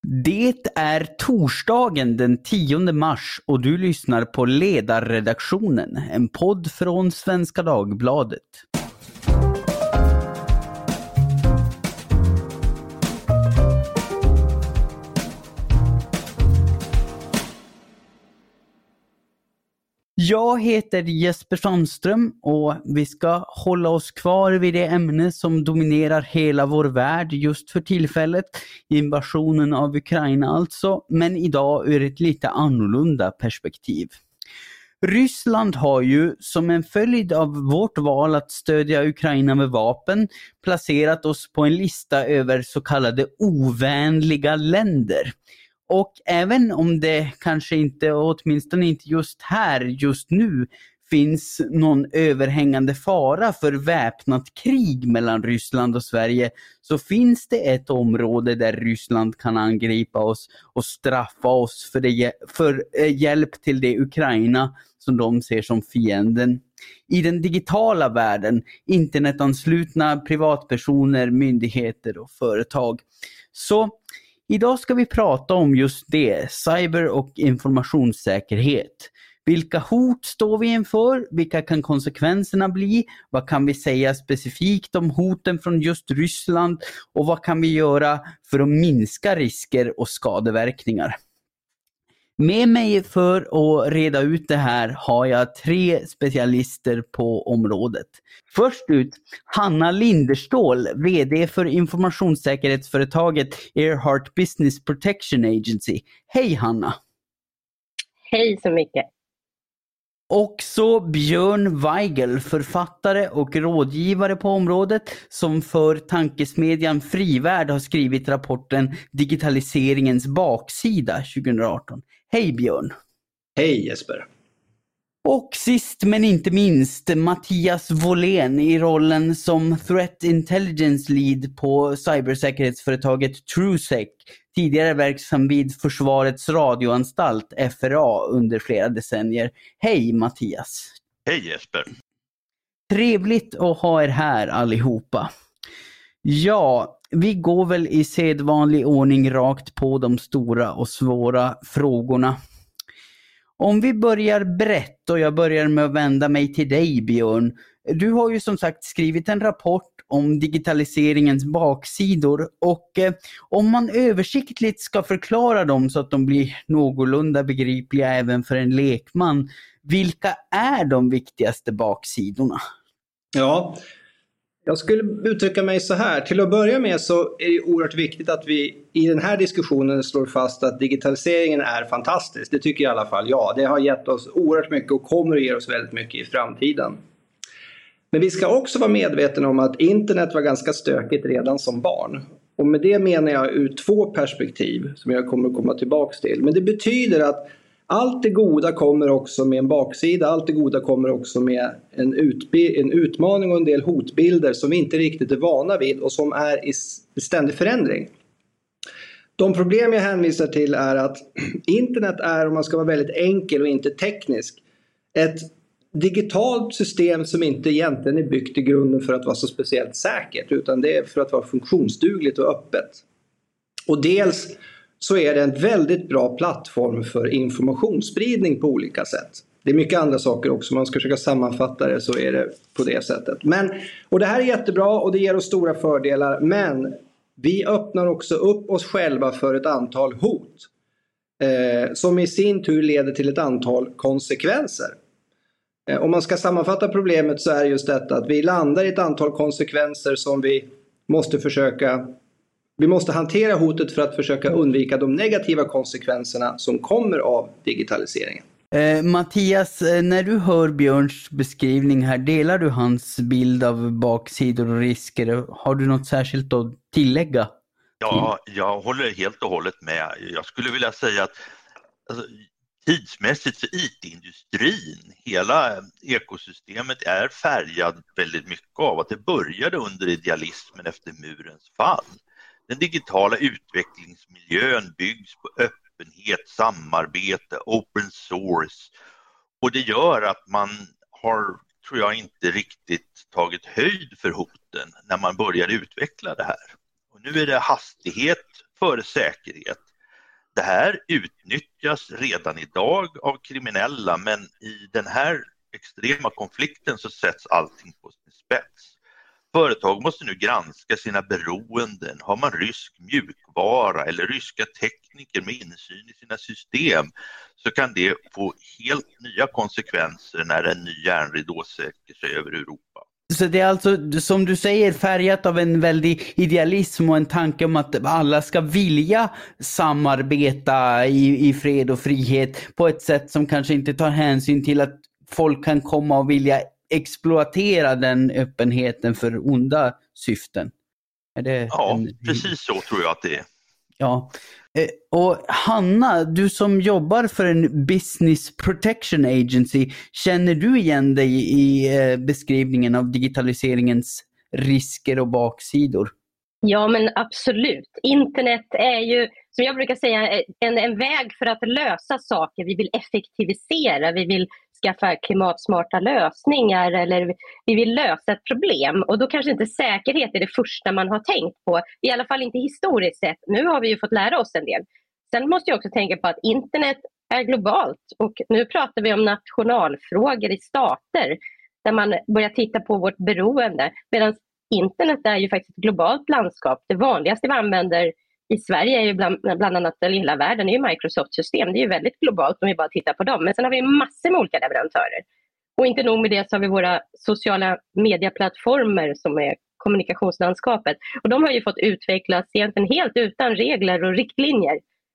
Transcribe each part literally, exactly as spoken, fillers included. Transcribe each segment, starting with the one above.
Det är torsdagen den tionde mars och du lyssnar på Ledarredaktionen, en podd från Svenska Dagbladet. Jag heter Jesper Sandström och vi ska hålla oss kvar vid det ämne som dominerar hela vår värld just för tillfället, invasionen av Ukraina alltså, men idag ur ett lite annorlunda perspektiv. Ryssland har ju som en följd av vårt val att stödja Ukraina med vapen placerat oss på en lista över så kallade ovänliga länder. Och även om det kanske inte, åtminstone inte just här, just nu, finns någon överhängande fara för väpnat krig mellan Ryssland och Sverige, så finns det ett område där Ryssland kan angripa oss och straffa oss för, det, för hjälp till det Ukraina som de ser som fienden. I den digitala världen, internetanslutna privatpersoner, myndigheter och företag. Så idag ska vi prata om just det, cyber- och informationssäkerhet. Vilka hot står vi inför? Vilka kan konsekvenserna bli? Vad kan vi säga specifikt om hoten från just Ryssland? Och vad kan vi göra för att minska risker och skadeverkningar? Med mig för att reda ut det här har jag tre specialister på området. Först ut Hanna Linderstål, vd för informationssäkerhetsföretaget Earhart Business Protection Agency. Hej Hanna! Hej så mycket! Också Björn Weigel, författare och rådgivare på området, som för tankesmedjan Frivärd har skrivit rapporten Digitaliseringens baksida tjugo arton. Hej Björn! Hej Jesper! Och sist men inte minst Mattias Wåhlén i rollen som Threat Intelligence Lead på cybersäkerhetsföretaget TrueSec, tidigare verksam vid Försvarets radioanstalt F R A under flera decennier. Hej Mattias! Hej Jesper! Trevligt att ha er här allihopa. Ja, vi går väl i sedvanlig ordning rakt på de stora och svåra frågorna. Om vi börjar brett och jag börjar med att vända mig till dig Björn. Du har ju som sagt skrivit en rapport om digitaliseringens baksidor och eh, om man översiktligt ska förklara dem så att de blir någorlunda begripliga även för en lekman. Vilka är de viktigaste baksidorna? Ja, jag skulle uttrycka mig så här. Till att börja med så är det oerhört viktigt att vi i den här diskussionen slår fast att digitaliseringen är fantastisk. Det tycker jag i alla fall jag. Det har gett oss oerhört mycket och kommer att ge oss väldigt mycket i framtiden. Men vi ska också vara medvetna om att internet var ganska stökigt redan som barn. Och med det menar jag ur två perspektiv som jag kommer att komma tillbaka till. Men det betyder att allt det goda kommer också med en baksida. Allt det goda kommer också med en, utbi- en utmaning och en del hotbilder som vi inte riktigt är vana vid och som är i ständig förändring. De problem jag hänvisar till är att internet är, om man ska vara väldigt enkel och inte teknisk, ett digitalt system som inte egentligen är byggt i grunden för att vara så speciellt säkert, utan det är för att vara funktionsdugligt och öppet. Och dels så är det en väldigt bra plattform för informationsspridning på olika sätt. Det är mycket andra saker också, om man ska försöka sammanfatta det så är det på det sättet. Men, och det här är jättebra och det ger oss stora fördelar, men vi öppnar också upp oss själva för ett antal hot eh, som i sin tur leder till ett antal konsekvenser. Eh, om man ska sammanfatta problemet så är just detta att vi landar i ett antal konsekvenser som vi måste försöka Vi måste hantera hotet för att försöka undvika de negativa konsekvenserna som kommer av digitaliseringen. Eh, Mattias, när du hör Björns beskrivning här, delar du hans bild av baksidor och risker? Har du något särskilt att tillägga? Ja, jag håller helt och hållet med. Jag skulle vilja säga att alltså, tidsmässigt för I T-industrin, hela ekosystemet är färgad väldigt mycket av att det började under idealismen efter murens fall. Den digitala utvecklingsmiljön byggs på öppenhet, samarbete, open source. Och det gör att man har, tror jag, inte riktigt tagit höjd för hoten när man börjar utveckla det här. Och nu är det hastighet före säkerhet. det här utnyttjas redan idag av kriminella, men i den här extrema konflikten så sätts allting på sin spets. Företag måste nu granska sina beroenden. Har man rysk mjukvara eller ryska tekniker med insyn i sina system så kan det få helt nya konsekvenser när en ny järnridå söker sig över Europa. Så det är alltså, som du säger, färgat av en väldig idealism och en tanke om att alla ska vilja samarbeta i, i fred och frihet på ett sätt som kanske inte tar hänsyn till att folk kan komma och vilja exploatera den öppenheten för onda syften. Är det ja, en... precis så tror jag att det är. Ja, och Hanna, du som jobbar för en Business Protection Agency, känner du igen dig i beskrivningen av digitaliseringens risker och baksidor? Ja, men absolut. Internet är ju, som jag brukar säga, en, en väg för att lösa saker. Vi vill effektivisera, vi vill skaffa klimatsmarta lösningar eller vi vill lösa ett problem. Och då kanske inte säkerhet är det första man har tänkt på. I alla fall inte historiskt sett. Nu har vi ju fått lära oss en del. Sen måste jag också tänka på att internet är globalt. Och nu pratar vi om nationalfrågor i stater. Där man börjar titta på vårt beroende. Medan internet är ju faktiskt ett globalt landskap. Det vanligaste vi använder i Sverige är ju bland, bland annat, eller i hela världen, är ju Microsoft-system. Det är ju väldigt globalt om vi bara tittar på dem. Men sen har vi massor med olika leverantörer. Och inte nog med det så har vi våra sociala medieplattformar som är kommunikationslandskapet. Och de har ju fått utvecklas egentligen helt utan regler och riktlinjer.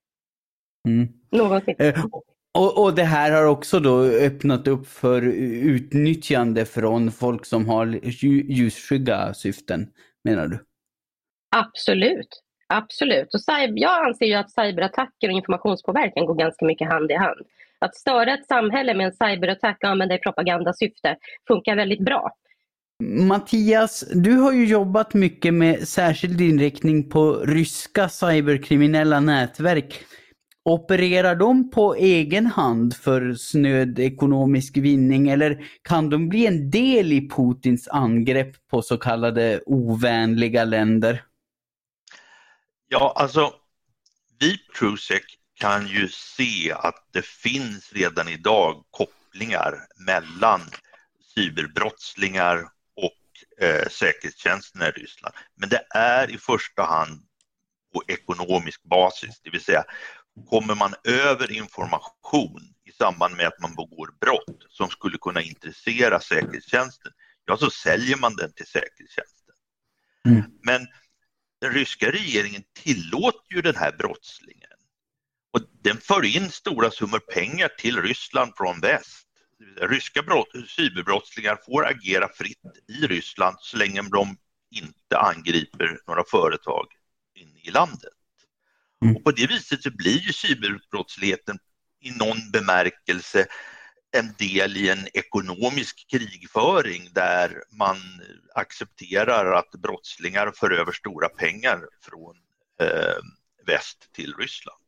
Mm. Någonsin. Eh, och, och det här har också då öppnat upp för utnyttjande från folk som har ljusskygga syften, menar du? Absolut. Absolut. Och cyber, jag anser ju att cyberattacker och informationspåverkan går ganska mycket hand i hand. Att störa ett samhälle med en cyberattack och använda i propagandasyfte funkar väldigt bra. Mattias, du har ju jobbat mycket med särskild inriktning på ryska cyberkriminella nätverk. Opererar de på egen hand för snöd ekonomisk vinning eller kan de bli en del i Putins angrepp på så kallade ovänliga länder? Ja, alltså vi Prusek kan ju se att det finns redan idag kopplingar mellan cyberbrottslingar och eh, säkerhetstjänsterna i Ryssland. Men det är i första hand på ekonomisk basis, det vill säga kommer man över information i samband med att man begår brott som skulle kunna intressera säkerhetstjänsten, ja så säljer man den till säkerhetstjänsten. Mm. Men den ryska regeringen tillåter ju den här brottslingen och den för in stora summor pengar till Ryssland från väst. Ryska brott, cyberbrottslingar får agera fritt i Ryssland så länge de inte angriper några företag inne i landet. Mm. Och på det viset så blir ju cyberbrottsligheten i någon bemärkelse en del i en ekonomisk krigföring där man accepterar att brottslingar för över stora pengar från eh, väst till Ryssland.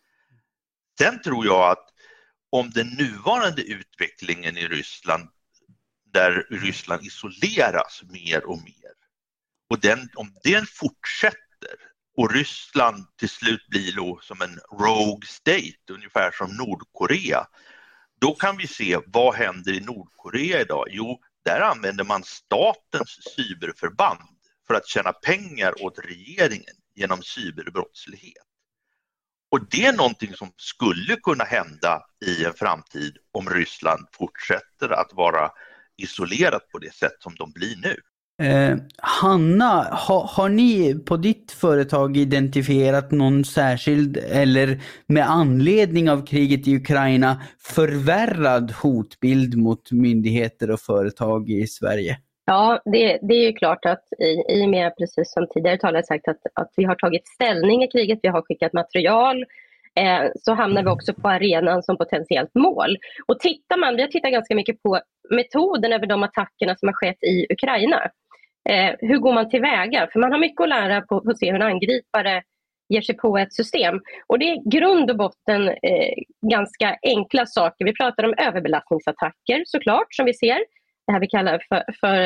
Sen tror jag att om den nuvarande utvecklingen i Ryssland, där Ryssland isoleras mer och mer, och den, om den fortsätter och Ryssland till slut blir då som en rogue state, ungefär som Nordkorea, då kan vi se vad händer i Nordkorea idag. Jo, där använder man statens cyberförband för att tjäna pengar åt regeringen genom cyberbrottslighet. Och det är någonting som skulle kunna hända i en framtid om Ryssland fortsätter att vara isolerat på det sätt som de blir nu. Eh, Hanna, ha, har ni på ditt företag identifierat någon särskild eller med anledning av kriget i Ukraina förvärrad hotbild mot myndigheter och företag i Sverige? Ja, det, det är ju klart att i, i och med, precis som tidigare talare sagt, att, att vi har tagit ställning i kriget, vi har skickat material, eh, så hamnar vi också på arenan som potentiellt mål. Och tittar man, vi har tittat ganska mycket på metoden över de attackerna som har skett i Ukraina. Eh, hur går man tillväga? För man har mycket att lära på, på att se hur en angripare ger sig på ett system. Och det är grund och botten eh, ganska enkla saker. Vi pratar om överbelastningsattacker såklart, som vi ser. Det här vi kallar för, för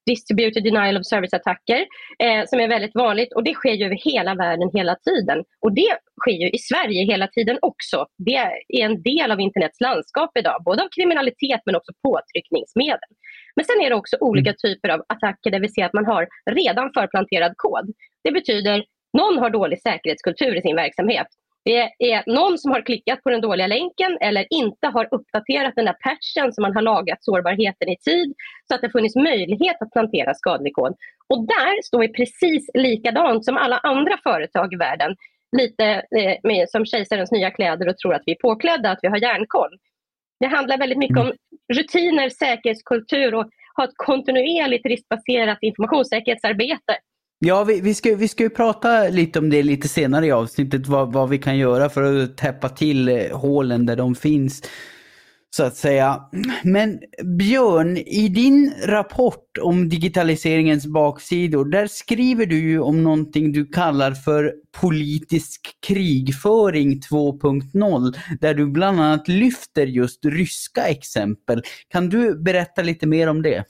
distributed denial of service-attacker eh, som är väldigt vanligt, och det sker ju över hela världen hela tiden. Och det sker ju i Sverige hela tiden också. Det är en del av internets landskap idag, både av kriminalitet men också påtryckningsmedel. Men sen är det också olika typer av attacker där vi ser att man har redan förplanterad kod. Det betyder någon har dålig säkerhetskultur i sin verksamhet. Det är någon som har klickat på den dåliga länken eller inte har uppdaterat den där patchen som man har lagat sårbarheten i tid så att det funnits möjlighet att plantera skadlig kod. Och där står vi precis likadant som alla andra företag i världen. Lite eh, med, som kejsarens nya kläder och tror att vi är påklädda, att vi har järnkoll. Det handlar väldigt mycket om rutiner, säkerhetskultur och ha ett kontinuerligt riskbaserat informationssäkerhetsarbete. Ja, vi, vi, ska, vi ska ju prata lite om det lite senare i avsnittet, vad, vad vi kan göra för att täppa till hålen där de finns, så att säga. Men Björn, i din rapport om digitaliseringens baksidor, där skriver du ju om någonting du kallar för politisk krigföring två punkt noll, där du bland annat lyfter just ryska exempel. Kan du berätta lite mer om det?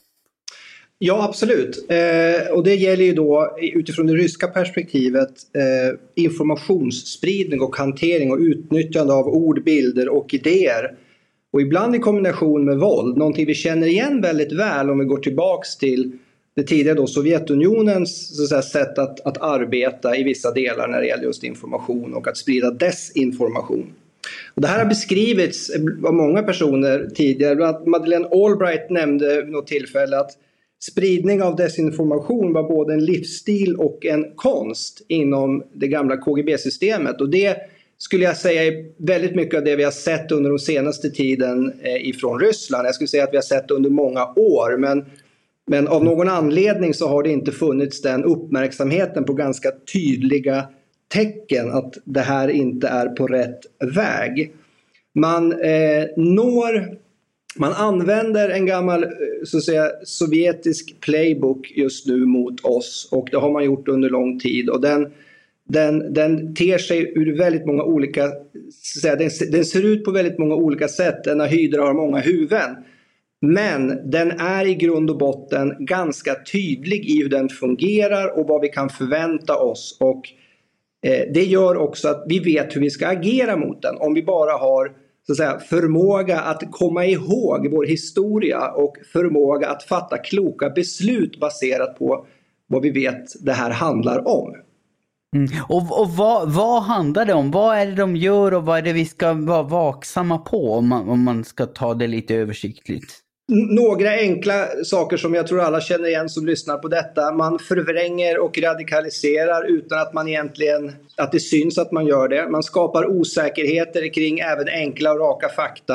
Ja, absolut. Eh, och det gäller ju då utifrån det ryska perspektivet eh, informationsspridning och hantering och utnyttjande av ord, bilder och idéer. Och ibland i kombination med våld, någonting vi känner igen väldigt väl om vi går tillbaks till det tidigare då Sovjetunionens så att säga, sätt att, att arbeta i vissa delar när det gäller just information och att sprida desinformation. Och det här har beskrivits av många personer tidigare. Madeleine Albright nämnde vid något tillfälle att spridning av desinformation var både en livsstil och en konst inom det gamla K G B-systemet. Och det skulle jag säga är väldigt mycket av det vi har sett under de senaste tiden ifrån Ryssland. Jag skulle säga att vi har sett det under många år, men, men av någon anledning så har det inte funnits den uppmärksamheten på ganska tydliga tecken att det här inte är på rätt väg. Man eh, når... Man använder en gammal så att säga, sovjetisk playbook just nu mot oss, och det har man gjort under lång tid, och den, den, den ter sig ur väldigt många olika, så att säga, den, den ser ut på väldigt många olika sätt. En hydra har många huvuden, men den är i grund och botten ganska tydlig i hur den fungerar och vad vi kan förvänta oss, och eh, det gör också att vi vet hur vi ska agera mot den om vi bara har så att säga, förmåga att komma ihåg vår historia och förmåga att fatta kloka beslut baserat på vad vi vet det här handlar om. Mm. Och, och vad, vad handlar det om? Vad är det de gör och vad är det vi ska vara vaksamma på, om man, om man ska ta det lite översiktligt? Några enkla saker som jag tror alla känner igen som lyssnar på detta. Man förvränger och radikaliserar utan att man egentligen, att det syns att man gör det. Man skapar osäkerheter kring även enkla och raka fakta.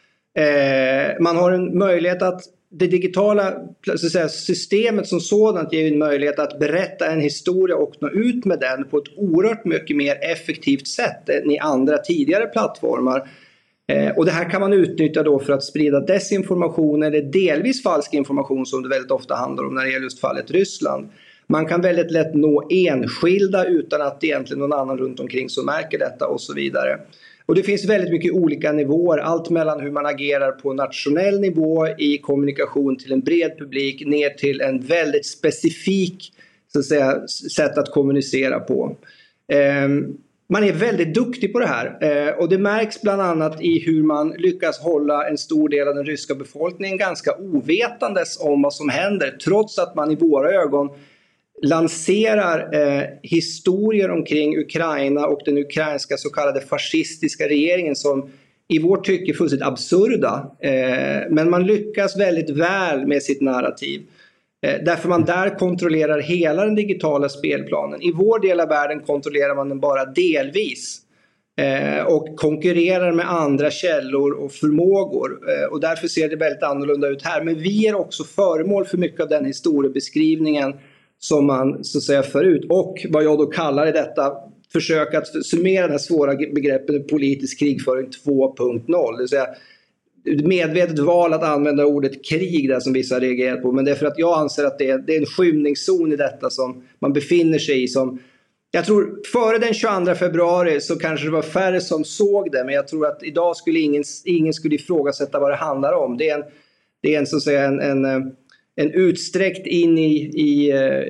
Eh, man har en möjlighet att det digitala så att säga, systemet som sådant ger en möjlighet att berätta en historia och nå ut med den på ett oerhört mycket mer effektivt sätt än i andra tidigare plattformar. Eh, och det här kan man utnyttja då för att sprida desinformation eller delvis falsk information, som det väldigt ofta handlar om när det gäller just fallet Ryssland. Man kan väldigt lätt nå enskilda utan att egentligen någon annan runt omkring som märker detta och så vidare. Och det finns väldigt mycket olika nivåer, allt mellan hur man agerar på nationell nivå i kommunikation till en bred publik ner till en väldigt specifik så att säga, sätt att kommunicera på. Eh, Man är väldigt duktig på det här eh, och det märks bland annat i hur man lyckas hålla en stor del av den ryska befolkningen ganska ovetandes om vad som händer, trots att man i våra ögon lanserar eh, historier omkring Ukraina och den ukrainska så kallade fascistiska regeringen som i vårt tycke är fullständigt absurda. Eh, men man lyckas väldigt väl med sitt narrativ. Därför man där kontrollerar hela den digitala spelplanen. I vår del av världen kontrollerar man den bara delvis. Eh, och konkurrerar med andra källor och förmågor. Eh, och därför ser det väldigt annorlunda ut här. Men vi är också föremål för mycket av den historiebeskrivningen som man så att säga förut. Och vad jag då kallar i detta försök att summera den här svåra begreppen politisk krigföring två punkt noll. Det vill säga medvetet val att använda ordet krig där som vissa reagerar på, men det är för att jag anser att det är, det är en skymningszon i detta som man befinner sig i. Som, jag tror före den tjugoandra februari så kanske det var färre som såg det, men jag tror att idag skulle ingen, ingen skulle ifrågasätta vad det handlar om. Det är en, det är en, så att säga, en, en, en utsträckt in i, i,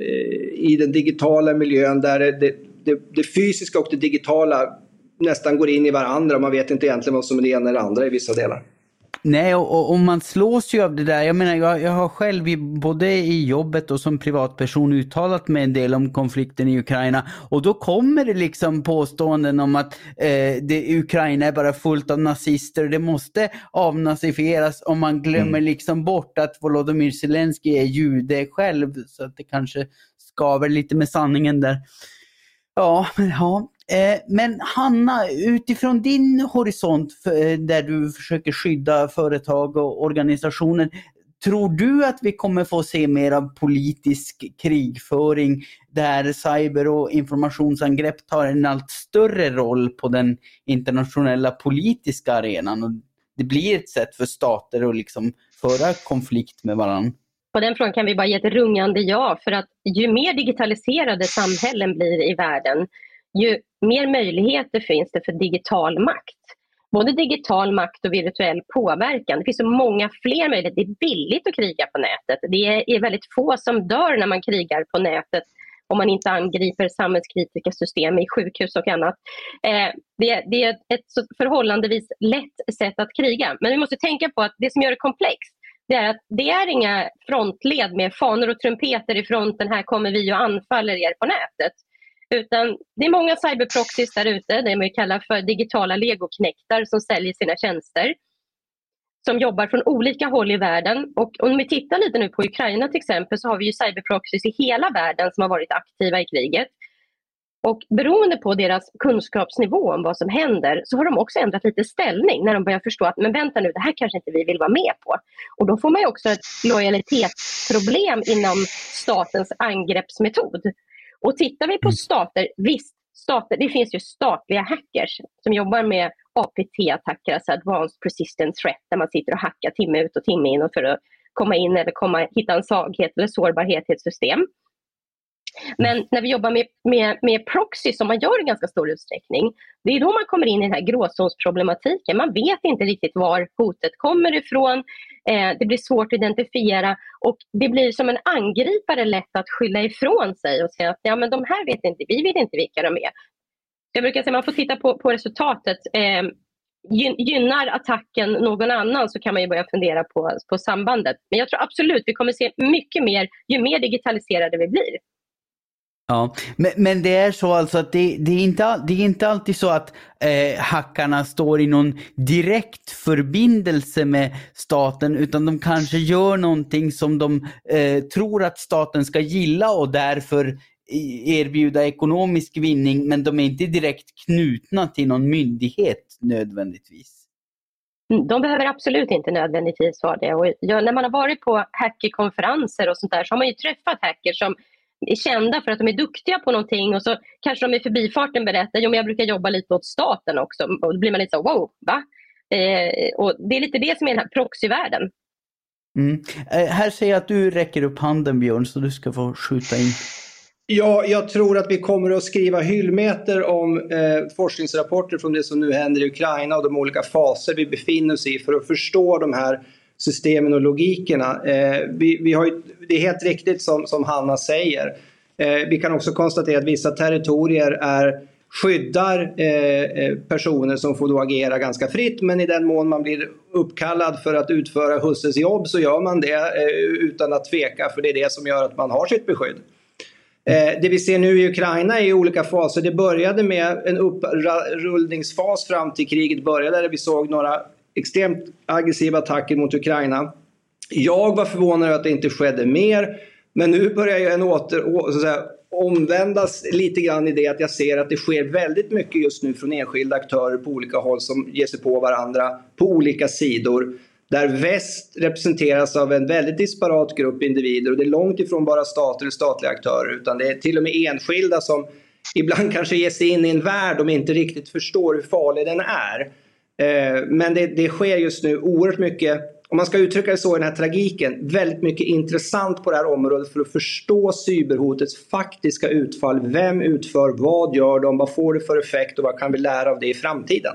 i den digitala miljön där det, det, det fysiska och det digitala nästan går in i varandra och man vet inte egentligen vad som är det ena eller andra i vissa delar. Nej, och, och, och man slås ju av det där. Jag menar, jag, jag har själv i, både i jobbet och som privatperson uttalat mig en del om konflikten i Ukraina. Och då kommer det liksom påståenden om att eh, det, Ukraina är bara fullt av nazister. Det måste avnazifieras om man glömmer mm. liksom bort att Volodymyr Zelensky är jude själv. Så att det kanske skaver lite med sanningen där. Ja, men ja. Men Hanna, utifrån din horisont där du försöker skydda företag och organisationer, tror du att vi kommer få se mer av politisk krigföring där cyber- och informationsangrepp tar en allt större roll på den internationella politiska arenan och det blir ett sätt för stater att liksom föra konflikt med varandra? På den frågan kan vi bara ge ett rungande ja, för att ju mer digitaliserade samhällen blir i världen, ju mer möjligheter finns det för digital makt. Både digital makt och virtuell påverkan. Det finns så många fler möjligheter. Det är billigt att kriga på nätet. Det är väldigt få som dör när man krigar på nätet om man inte angriper samhällskritiska system i sjukhus och annat. Det är ett förhållandevis lätt sätt att kriga. Men vi måste tänka på att det som gör det komplext, det är att det är inga frontled med fanor och trumpeter i fronten. Här kommer vi och anfaller er på nätet. Utan det är många cyberproxys där ute, det man kallar för digitala legoknektar som säljer sina tjänster. Som jobbar från olika håll i världen. Och om vi tittar lite nu på Ukraina till exempel, så har vi ju cyberproxys i hela världen som har varit aktiva i kriget. Och beroende på deras kunskapsnivå om vad som händer så har de också ändrat lite ställning när de börjar förstå att men vänta nu, det här kanske inte vi vill vara med på. Och då får man ju också ett lojalitetsproblem inom statens angreppsmetod. Och tittar vi på stater, visst, stater, det finns ju statliga hackers som jobbar med A P T-attacker, alltså Advanced Persistent Threat, där man sitter och hackar timme ut och timme in för att komma in eller komma, hitta en svaghet eller sårbarhet i ett system. Men när vi jobbar med, med, med proxy som man gör i ganska stor utsträckning, det är då man kommer in i den här gråzonsproblematiken. Man vet inte riktigt var hotet kommer ifrån, eh, det blir svårt att identifiera och det blir som en angripare lätt att skylla ifrån sig och säga att ja, men de här vet inte, vi vet inte vilka de är. Jag brukar säga att man får titta på, på resultatet. Eh, gynnar attacken någon annan så kan man ju börja fundera på, på sambandet. Men jag tror absolut vi kommer se mycket mer ju mer digitaliserade vi blir. Ja, men, men det är så alltså att det, det, är, inte, det är inte alltid så att eh, hackarna står i någon direkt förbindelse med staten, utan de kanske gör någonting som de eh, tror att staten ska gilla och därför erbjuda ekonomisk vinning, men de är inte direkt knutna till någon myndighet nödvändigtvis. De behöver absolut inte nödvändigtvis vara det. Och jag, när man har varit på hackerkonferenser och sånt där så har man ju träffat hackers som är kända för att de är duktiga på någonting och så kanske de i förbifarten berättar jo men jag brukar jobba lite åt staten också och då blir man lite så wow, va? Eh, och det är lite det som är den här proxyvärlden. Mm. Eh, här ser jag att du räcker upp handen, Björn, så du ska få skjuta in. Ja, jag tror att vi kommer att skriva hyllmeter om eh, forskningsrapporter från det som nu händer i Ukraina och de olika faser vi befinner oss i för att förstå de här systemen och logikerna. Eh, vi, vi har ju, det är helt riktigt som, som Hanna säger. Eh, vi kan också konstatera att vissa territorier är, skyddar eh, personer som får då agera ganska fritt, men i den mån man blir uppkallad för att utföra husses jobb så gör man det eh, utan att tveka, för det är det som gör att man har sitt beskydd. Eh, det vi ser nu i Ukraina är i olika faser. Det började med en upprullningsfas fram till kriget började där vi såg några extremt aggressiva attacker mot Ukraina. Jag var förvånad över att det inte skedde mer. Men nu börjar jag en åter, så att säga, omvändas lite grann i det att jag ser att det sker väldigt mycket just nu från enskilda aktörer på olika håll som ger sig på varandra på olika sidor. Där väst representeras av en väldigt disparat grupp individer och det är långt ifrån bara stater och statliga aktörer utan det är till och med enskilda som ibland kanske ger sig in i en värld de inte riktigt förstår hur farlig den är. Men det, det sker just nu oerhört mycket, om man ska uttrycka det så i den här tragiken, väldigt mycket intressant på det här området för att förstå cyberhotets faktiska utfall. Vem utför, vad gör de, vad får det för effekt och vad kan vi lära av det i framtiden?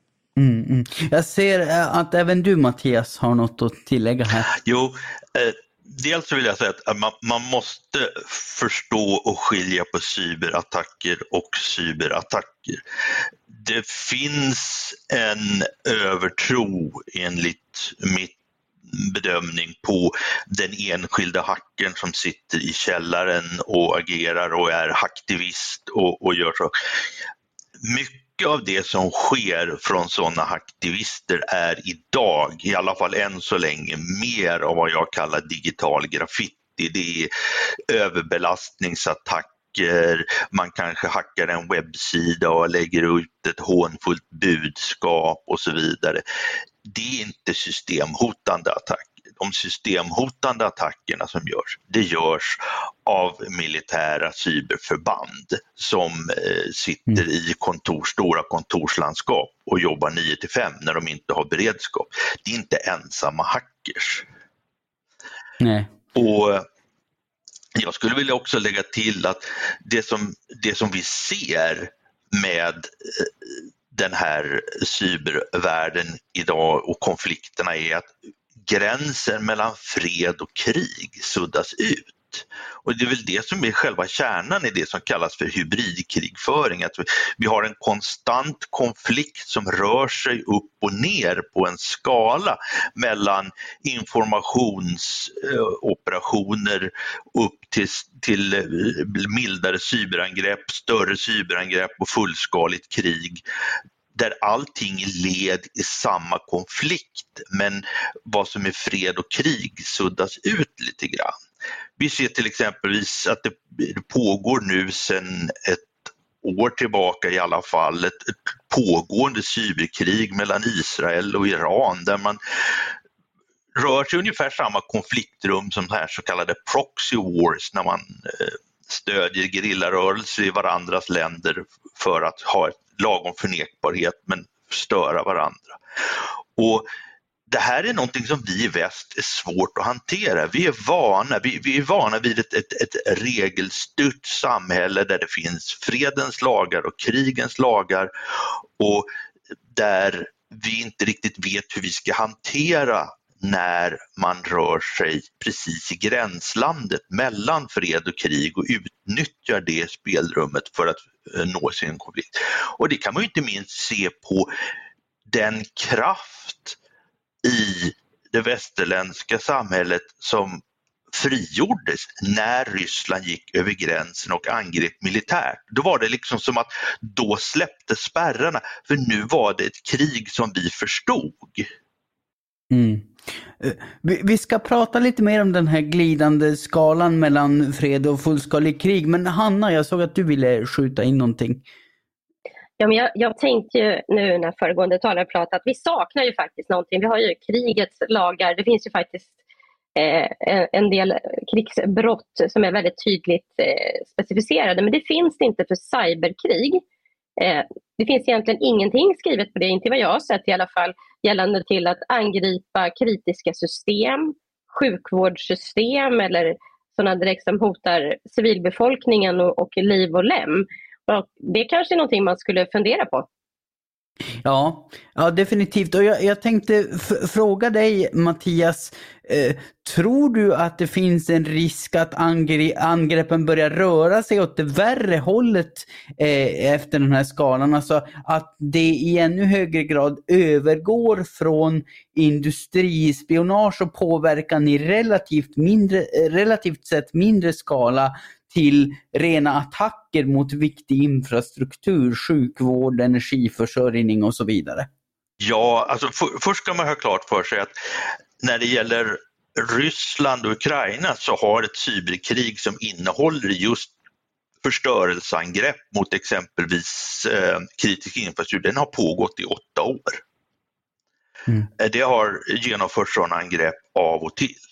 Mm, mm. Jag ser att även du, Mattias, har något att tillägga här. Jo, eh, dels så vill jag säga att man, man måste förstå och skilja på cyberattacker och cyberattacker. Det finns en övertro enligt mitt bedömning på den enskilda hackern som sitter i källaren och agerar och är hacktivist och, och gör så. Mycket av det som sker från sådana hacktivister är idag, i alla fall än så länge, mer av vad jag kallar digital graffiti. Det är överbelastningsattacker, man kanske hackar en webbsida och lägger ut ett hånfullt budskap och så vidare. Det är inte systemhotande attacker. De systemhotande attackerna som görs, det görs av militära cyberförband som eh, sitter i kontor, stora kontorslandskap och jobbar nio till fem när de inte har beredskap. Det är inte ensamma hackers. Nej. Och jag skulle vilja också lägga till att det som, det som vi ser med eh, den här cybervärlden idag och konflikterna är att gränsen mellan fred och krig suddas ut. Och det är väl det som är själva kärnan i det som kallas för hybridkrigföring. Att vi har en konstant konflikt som rör sig upp och ner på en skala mellan informationsoperationer upp till, till mildare cyberangrepp, större cyberangrepp och fullskaligt krig. Där allting är led i samma konflikt, men vad som är fred och krig suddas ut lite grann. Vi ser till exempelvis att det pågår nu sedan ett år tillbaka i alla fall ett, ett pågående cyberkrig mellan Israel och Iran där man rör sig ungefär samma konfliktrum som här så kallade proxy wars när man eh, stödjer gerillarörelser i varandras länder för att ha ett lagom förnekbarhet men störa varandra. Och det här är någonting som vi i väst är svårt att hantera. Vi är vana, vi, vi är vana vid ett, ett, ett regelstyrt samhälle där det finns fredens lagar och krigens lagar och där vi inte riktigt vet hur vi ska hantera när man rör sig precis i gränslandet mellan fred och krig och utnyttjar det spelrummet för att nå sin konflikt. Och det kan man ju inte minst se på den kraft i det västerländska samhället som frigjordes när Ryssland gick över gränsen och angrep militärt. Då var det liksom som att då släppte spärrarna för nu var det ett krig som vi förstod. Mm. Vi ska prata lite mer om den här glidande skalan mellan fred och fullskalig krig. Men Hanna, jag såg att du ville skjuta in någonting. Ja, men jag, jag tänkte ju nu när föregående talare pratade att vi saknar ju faktiskt någonting. Vi har ju krigets lagar. Det finns ju faktiskt eh, en del krigsbrott som är väldigt tydligt eh, specificerade. Men det finns det inte för cyberkrig. Eh, det finns egentligen ingenting skrivet på det, inte vad jag har sett i alla fall, gällande till att angripa kritiska system, sjukvårdssystem eller sådana direkt som hotar civilbefolkningen och, och liv och lem. Och det kanske är någonting man skulle fundera på. Ja, ja definitivt. Och jag, jag tänkte f- fråga dig, Mattias, eh, tror du att det finns en risk att angri- angreppen börjar röra sig åt det värre hållet eh, efter den här skalan? Alltså att det i ännu högre grad övergår från industrispionage och påverkan i relativt, mindre, relativt sett mindre skala till rena attacker mot viktig infrastruktur, sjukvård, energiförsörjning och så vidare? Ja, alltså för, först ska man ha klart för sig att när det gäller Ryssland och Ukraina så har ett cyberkrig som innehåller just förstörelseangrepp mot exempelvis eh, kritisk infrastruktur, den har pågått i åtta år. Mm. Det har genomförts sådana angrepp av och till.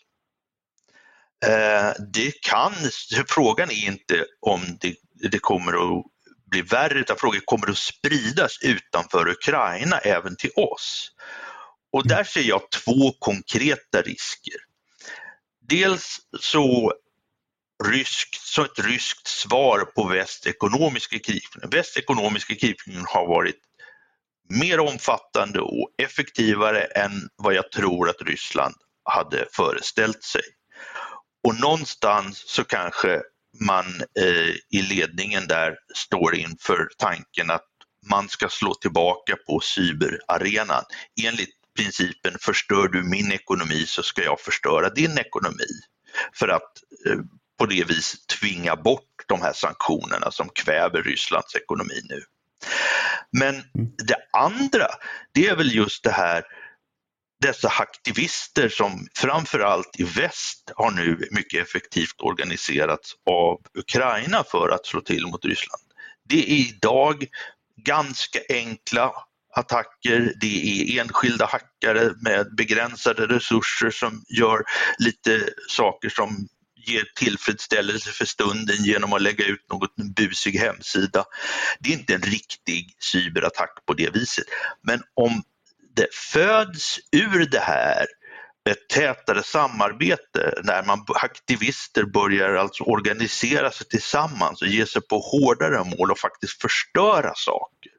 Det kan, frågan är inte om det, det kommer att bli värre, utan frågan kommer att spridas utanför Ukraina även till oss. Och där ser jag två konkreta risker. Dels så, rysk, så ett ryskt svar på västekonomiska krigföringen. Västekonomiska krigföringen har varit mer omfattande och effektivare än vad jag tror att Ryssland hade föreställt sig. Och någonstans så kanske man eh, i ledningen där står inför tanken att man ska slå tillbaka på cyberarenan. Enligt principen förstör du min ekonomi så ska jag förstöra din ekonomi. För att eh, på det viset tvinga bort de här sanktionerna som kväver Rysslands ekonomi nu. Men det andra, det är väl just det här, dessa aktivister som framförallt i väst har nu mycket effektivt organiserats av Ukraina för att slå till mot Ryssland. Det är idag ganska enkla attacker, det är enskilda hackare med begränsade resurser som gör lite saker som ger tillfredsställelse för stunden genom att lägga ut något busig hemsida. Det är inte en riktig cyberattack på det viset. Men om det föds ur det här ett tätare samarbete när man aktivister börjar alltså organisera sig tillsammans och ge sig på hårdare mål och faktiskt förstöra saker,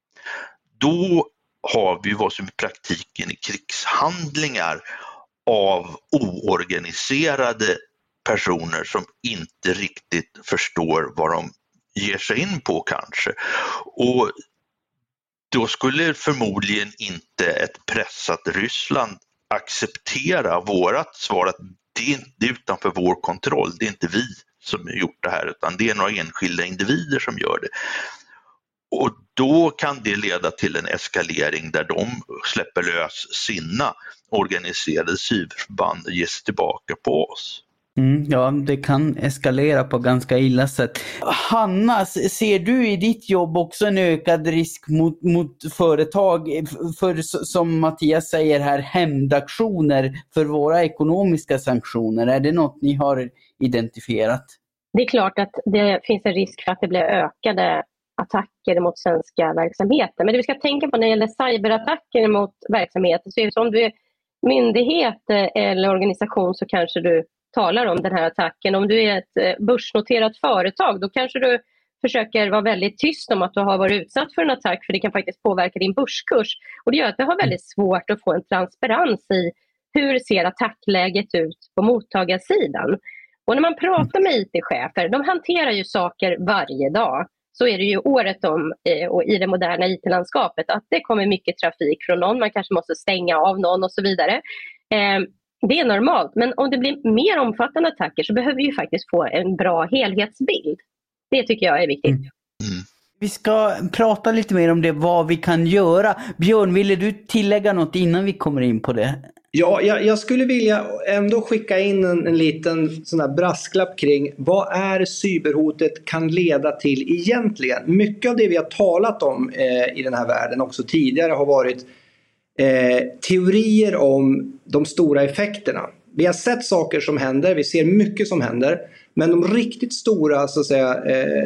då har vi vad som i praktiken är krigshandlingar av oorganiserade personer som inte riktigt förstår vad de ger sig in på kanske. Och då skulle förmodligen inte ett pressat Ryssland acceptera vårat svar att det är inte utanför vår kontroll, det är inte vi som har gjort det här utan det är några enskilda individer som gör det. Och då kan det leda till en eskalering där de släpper lös sina organiserade cyberförband och ger sig tillbaka på oss. Mm, ja, det kan eskalera på ganska illa sätt. Hanna, ser du i ditt jobb också en ökad risk mot, mot företag för, som Mattias säger här, hämndaktioner för våra ekonomiska sanktioner? Är det något ni har identifierat? Det är klart att det finns en risk för att det blir ökade attacker mot svenska verksamheter. Men det vi ska tänka på när det gäller cyberattacker mot verksamheter, så är det så om du är myndighet eller organisation så kanske du talar om den här attacken. Om du är ett börsnoterat företag, då kanske du försöker vara väldigt tyst om att du har varit utsatt för en attack, för det kan faktiskt påverka din börskurs. Och det gör att vi har väldigt svårt att få en transparens i hur ser attackläget ut på mottagarsidan. Och när man pratar med I T-chefer, de hanterar ju saker varje dag. Så är det ju året om och i det moderna I T-landskapet att det kommer mycket trafik från någon. Man kanske måste stänga av någon och så vidare. Det är normalt, men om det blir mer omfattande attacker så behöver vi ju faktiskt få en bra helhetsbild. Det tycker jag är viktigt. Mm. Mm. Vi ska prata lite mer om det, vad vi kan göra. Björn, ville du tillägga något innan vi kommer in på det? Ja, jag, jag skulle vilja ändå skicka in en, en liten sån här brasklapp kring vad är cyberhotet kan leda till egentligen. Mycket av det vi har talat om eh, i den här världen också tidigare har varit eh, teorier om de stora effekterna. Vi har sett saker som händer, vi ser mycket som händer, men de riktigt stora så att säga eh,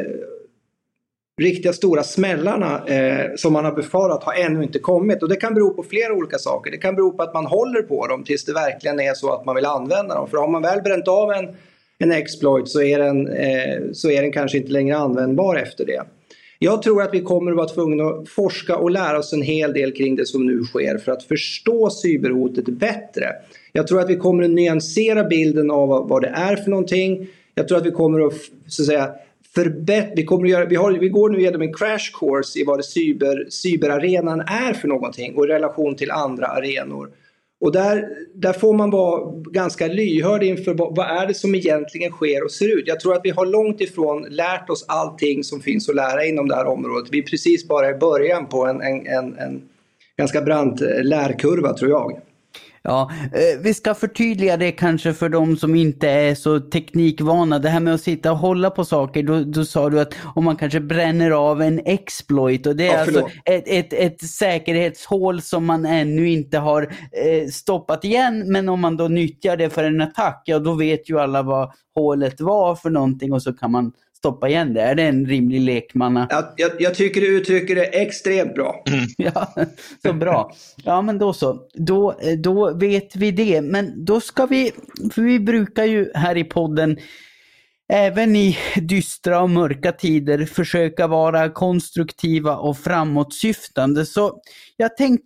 riktiga stora smällarna eh, som man har befarat har ännu inte kommit. Och det kan bero på flera olika saker. Det kan bero på att man håller på dem tills det verkligen är så att man vill använda dem. För har man väl bränt av en, en exploit så är, den, eh, så är den kanske inte längre användbar efter det. Jag tror att vi kommer att vara tvungna att forska och lära oss en hel del kring det som nu sker för att förstå cyberhotet bättre. Jag tror att vi kommer att nyansera bilden av vad det är för någonting. Jag tror att vi kommer att, så att säga, Förbätt, vi, kommer att göra, vi, har, vi går nu igenom en crash course i vad det cyber, cyberarenan är för någonting och i relation till andra arenor. Och där, där får man vara ganska lyhörd inför vad, vad är det som egentligen sker och ser ut. Jag tror att vi har långt ifrån lärt oss allting som finns att lära inom det här området. Vi är precis bara i början på en, en, en, en ganska brant lärkurva, tror jag. Ja, eh, vi ska förtydliga det kanske för de som inte är så teknikvana. Det här med att sitta och hålla på saker, då, då sa du att om man kanske bränner av en exploit, och det är ja, alltså ett, ett, ett säkerhetshål som man ännu inte har eh, stoppat igen, men om man då nyttjar det för en attack, ja då vet ju alla vad hålet var för någonting och så kan man stoppa igen det. Är det en rimlig lekmanna? Jag, jag, jag tycker du uttrycker det extremt bra. Mm. Ja, så bra. Ja, men då så. Då, då vet vi det. Men då ska vi, för vi brukar ju här i podden även i dystra och mörka tider försöka vara konstruktiva och framåtsyftande. Så jag tänkte,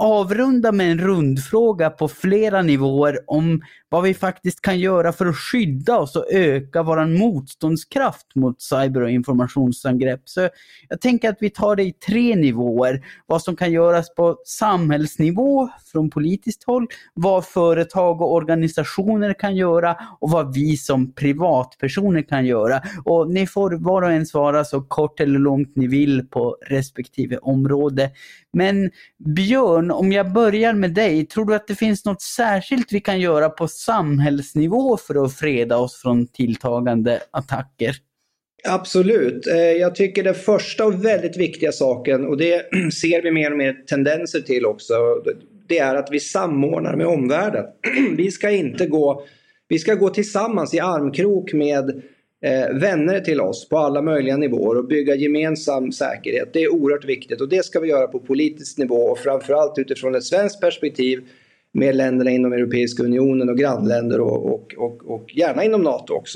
avrunda med en rundfråga på flera nivåer om vad vi faktiskt kan göra för att skydda oss och öka vår motståndskraft mot cyber- och informationsangrepp. Så jag tänker att vi tar det i tre nivåer. Vad som kan göras på samhällsnivå från politiskt håll, vad företag och organisationer kan göra och vad vi som privatpersoner kan göra. Och ni får var och en svara så kort eller långt ni vill på respektive område. Men Björn, om jag börjar med dig, tror du att det finns något särskilt vi kan göra på samhällsnivå för att freda oss från tilltagande attacker? Absolut. Jag tycker det första och väldigt viktiga saken, och det ser vi mer och mer tendenser till också, det är att vi samordnar med omvärlden. Vi ska inte gå, vi ska gå tillsammans i armkrok med eh, vänner till oss på alla möjliga nivåer och bygga gemensam säkerhet. Det är oerhört viktigt och det ska vi göra på politisk nivå och framförallt utifrån ett svenskt perspektiv med länderna inom Europeiska unionen och grannländer och, och, och, och gärna inom NATO också.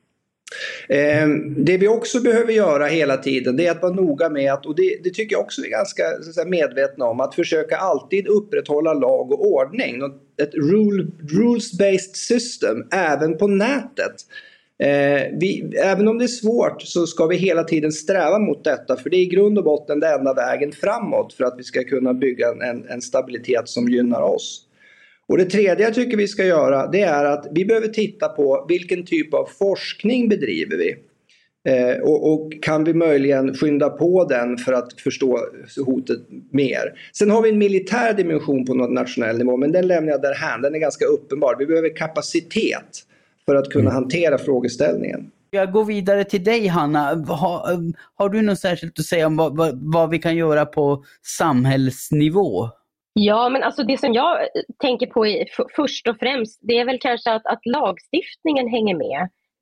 Eh, det vi också behöver göra hela tiden, det är att vara noga med att, och det, det tycker jag också vi är ganska så att säga, medvetna om, att försöka alltid upprätthålla lag och ordning, ett rule, rules-based system även på nätet. Eh, vi, även om det är svårt så ska vi hela tiden sträva mot detta, för det är i grund och botten den enda vägen framåt för att vi ska kunna bygga en, en stabilitet som gynnar oss. Och det tredje jag tycker vi ska göra, det är att vi behöver titta på vilken typ av forskning bedriver vi. Eh, och, och kan vi möjligen skynda på den för att förstå hotet mer. Sen har vi en militär dimension på någon nationell nivå, men den lämnar jag därhän. Den är ganska uppenbar. Vi behöver kapacitet för att kunna mm. hantera frågeställningen. Jag går vidare till dig, Hanna. Har, har du något särskilt att säga om vad, vad, vad vi kan göra på samhällsnivå? Ja, men alltså det som jag tänker på i, f- först och främst, det är väl kanske att, att lagstiftningen hänger med.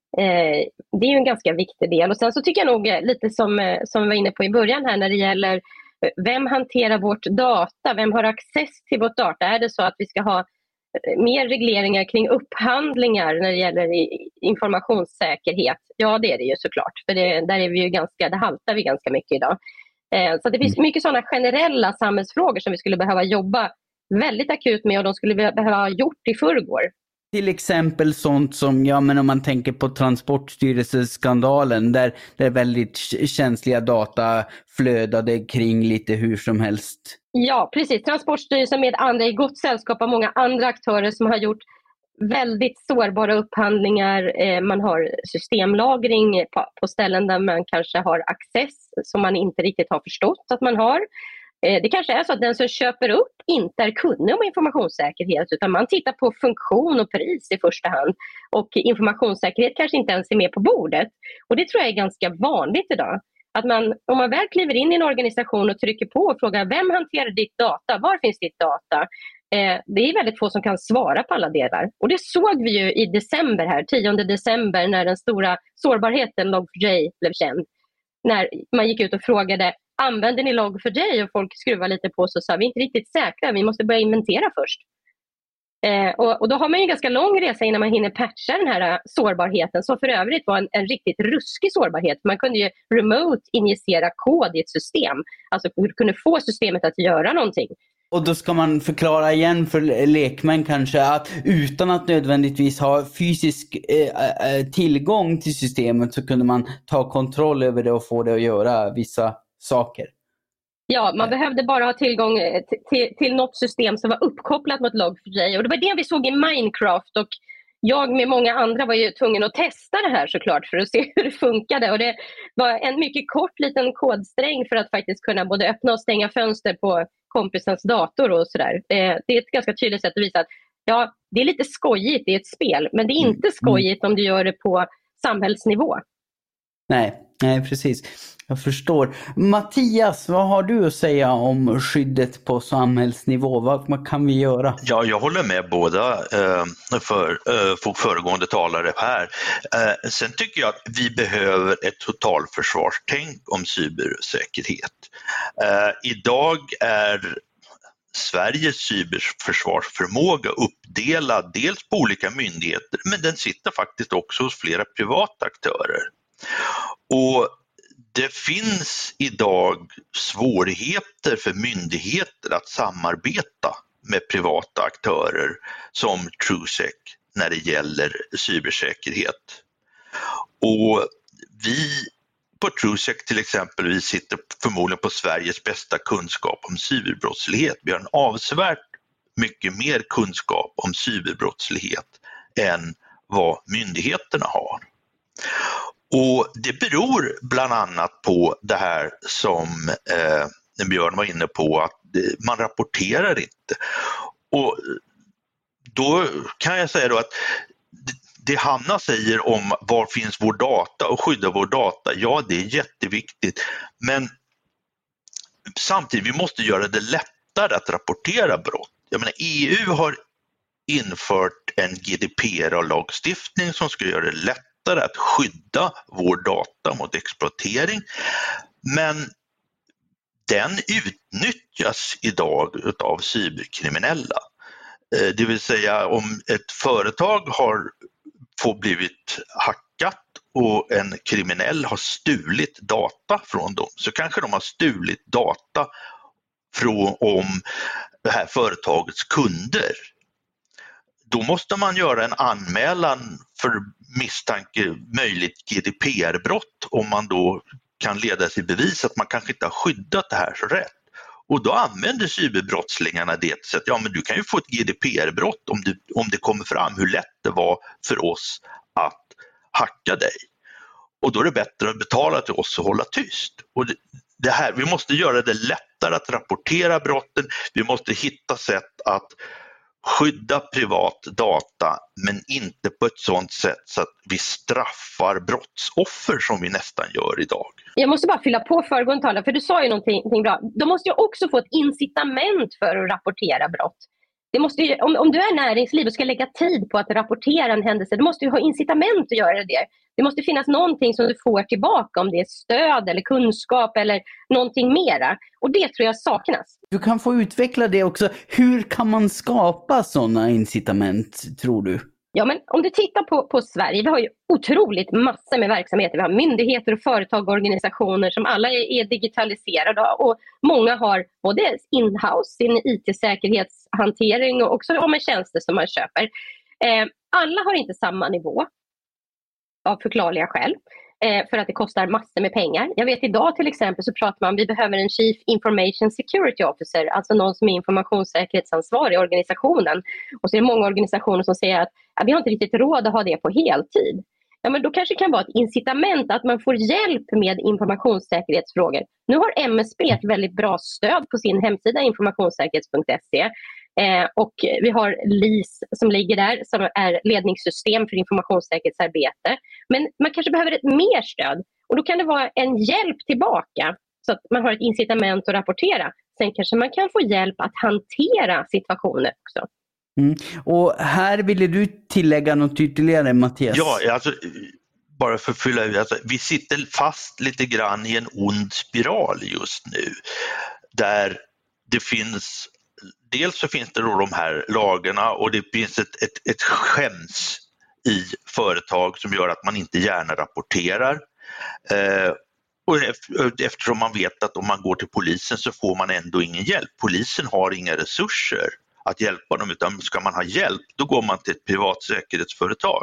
Eh, det är ju en ganska viktig del. Och sen så tycker jag nog lite som, som vi var inne på i början här när det gäller vem hanterar vårt data, vem har access till vårt data? Är det så att vi ska ha mer regleringar kring upphandlingar när det gäller informationssäkerhet? Ja, det är det ju såklart. För det, där är vi ju ganska, det haltar vi ganska mycket idag. Så det finns mycket sådana generella samhällsfrågor som vi skulle behöva jobba väldigt akut med och de skulle vi behöva ha gjort i förrgår. Till exempel sånt som, ja men om man tänker på Transportstyrelseskandalen där, där väldigt känsliga data flödade kring lite hur som helst. Ja, precis. Transportstyrelsen med andra i gott sällskap av många andra aktörer som har gjort väldigt sårbara upphandlingar. Man har systemlagring på, på ställen där man kanske har access som man inte riktigt har förstått att man har. Det kanske är så att den som köper upp inte är kunnig om informationssäkerhet utan man tittar på funktion och pris i första hand. Och informationssäkerhet kanske inte ens är med på bordet. Och det tror jag är ganska vanligt idag. Att man, om man väl kliver in i en organisation och trycker på och frågar vem hanterar ditt data, var finns ditt data? Eh, det är väldigt få som kan svara på alla delar. Och det såg vi ju i december här, tionde december när den stora sårbarheten log four j blev känd. När man gick ut och frågade, använder ni log four j? Och folk skruvade lite på sig och sa, vi är inte riktigt säkra, vi måste börja inventera först. Eh, och, och då har man ju en ganska lång resa innan man hinner patcha den här uh, sårbarheten som för övrigt var en, en riktigt ruskig sårbarhet. Man kunde ju remote injicera kod i ett system. Alltså kunde få systemet att göra någonting. Och då ska man förklara igen för lekmän kanske att utan att nödvändigtvis ha fysisk eh, tillgång till systemet så kunde man ta kontroll över det och få det att göra vissa saker. Ja, man behövde bara ha tillgång till, till, till något system som var uppkopplat mot log four j. Och det var det vi såg i Minecraft och jag med många andra var ju tvungen att testa det här såklart för att se hur det funkade. Och det var en mycket kort liten kodsträng för att faktiskt kunna både öppna och stänga fönster på kompisens dator och sådär. Det är ett ganska tydligt sätt att visa att ja, det är lite skojigt, det är ett spel. Men det är inte skojigt om du gör det på samhällsnivå. Nej, nej precis. Jag förstår. Mattias, vad har du att säga om skyddet på samhällsnivå? Vad, vad kan vi göra? Ja, jag håller med båda eh, för, eh, föregående talare här. Eh, sen tycker jag att vi behöver ett totalförsvarstänk om cybersäkerhet. Eh, idag är Sveriges cyberförsvarsförmåga uppdelad dels på olika myndigheter, men den sitter faktiskt också hos flera privata aktörer. Och det finns idag svårigheter för myndigheter att samarbeta med privata aktörer som TrueSec när det gäller cybersäkerhet. Och vi på TrueSec till exempel, vi sitter förmodligen på Sveriges bästa kunskap om cyberbrottslighet. Vi har en avsevärt mycket mer kunskap om cyberbrottslighet än vad myndigheterna har. Och det beror bland annat på det här som eh, Björn var inne på, att man rapporterar inte. Och då kan jag säga då att det Hanna säger om var finns vår data och skydda vår data, ja det är jätteviktigt. Men samtidigt, vi måste göra det lättare att rapportera brott. Jag menar, E U har infört en G D P R-lagstiftning som ska göra det lättare att skydda vår data mot exploatering. Men den utnyttjas idag av cyberkriminella. Det vill säga om ett företag har får blivit hackat och en kriminell har stulit data från dem, så kanske de har stulit data från om det här företagets kunder. Då måste man göra en anmälan för misstanke möjligt G D P R-brott om man då kan leda sig bevis att man kanske inte har skyddat det här så rätt. Och då använder cyberbrottslingarna det så att ja, men du kan ju få ett G D P R-brott om, du, om det kommer fram hur lätt det var för oss att hacka dig. Och då är det bättre att betala till oss och hålla tyst. Och det, det här, vi måste göra det lättare att rapportera brotten. Vi måste hitta sätt att skydda privat data, men inte på ett sådant sätt så att vi straffar brottsoffer som vi nästan gör idag. Jag måste bara fylla på föregående talare, för du sa ju någonting, någonting bra. De måste ju också få ett incitament för att rapportera brott. Det måste ju, om, om du är näringsliv och ska lägga tid på att rapportera en händelse, då måste du ha incitament att göra det. Det måste finnas någonting som du får tillbaka, om det är stöd eller kunskap eller någonting mera. Och det tror jag saknas. Du kan få utveckla det också. Hur kan man skapa sådana incitament, tror du? Ja, men om du tittar på, på Sverige, vi har ju otroligt massor med verksamheter. Vi har myndigheter och företag och organisationer som alla är, är digitaliserade, och många har både in-house, sin I T-säkerhetshantering, och också om en tjänster som man köper. Eh, alla har inte samma nivå av förklarliga skäl, eh, för att det kostar massor med pengar. Jag vet idag till exempel så pratar man om att vi behöver en Chief Information Security Officer, alltså någon som är informationssäkerhetsansvarig i organisationen. Och så är det många organisationer som säger att ja, vi har inte riktigt råd att ha det på heltid. Ja, men då kanske det kan vara ett incitament att man får hjälp med informationssäkerhetsfrågor. Nu har M S B ett väldigt bra stöd på sin hemsida informationssäkerhets punkt se. Eh, och vi har L I S som ligger där, som är ledningssystem för informationssäkerhetsarbete. Men man kanske behöver ett mer stöd, och då kan det vara en hjälp tillbaka så att man har ett incitament att rapportera. Sen kanske man kan få hjälp att hantera situationer också. Mm. Och här ville du tillägga något ytterligare, Mattias? Ja, alltså bara för att fylla ut, alltså, vi sitter fast lite grann i en ond spiral just nu, där det finns, dels så finns det då de här lagarna, och det finns ett, ett, ett skäms i företag som gör att man inte gärna rapporterar. Eh, och eftersom man vet att om man går till polisen så får man ändå ingen hjälp. Polisen har inga resurser att hjälpa dem, utan ska man ha hjälp då går man till ett privat säkerhetsföretag.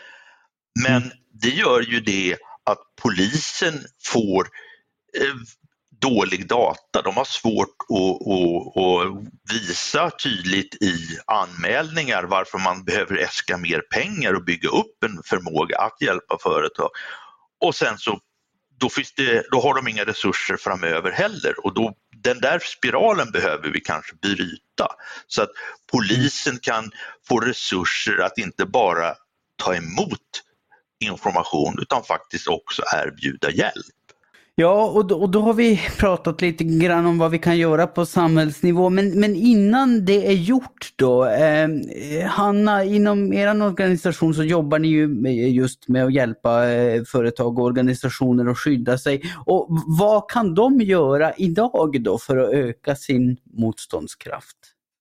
Men det gör ju det att polisen får eh, dålig data. De har svårt att, att, att visa tydligt i anmälningar varför man behöver äska mer pengar och bygga upp en förmåga att hjälpa företag. Och sen så då, finns det, då har de inga resurser framöver heller, och då, den där spiralen behöver vi kanske bryta så att polisen kan få resurser att inte bara ta emot information utan faktiskt också erbjuda hjälp. Ja, och då, och då har vi pratat lite grann om vad vi kan göra på samhällsnivå. Men, men innan det är gjort då, eh, Hanna, inom er organisation så jobbar ni ju just med att hjälpa eh, företag och organisationer att skydda sig. Och vad kan de göra idag då för att öka sin motståndskraft?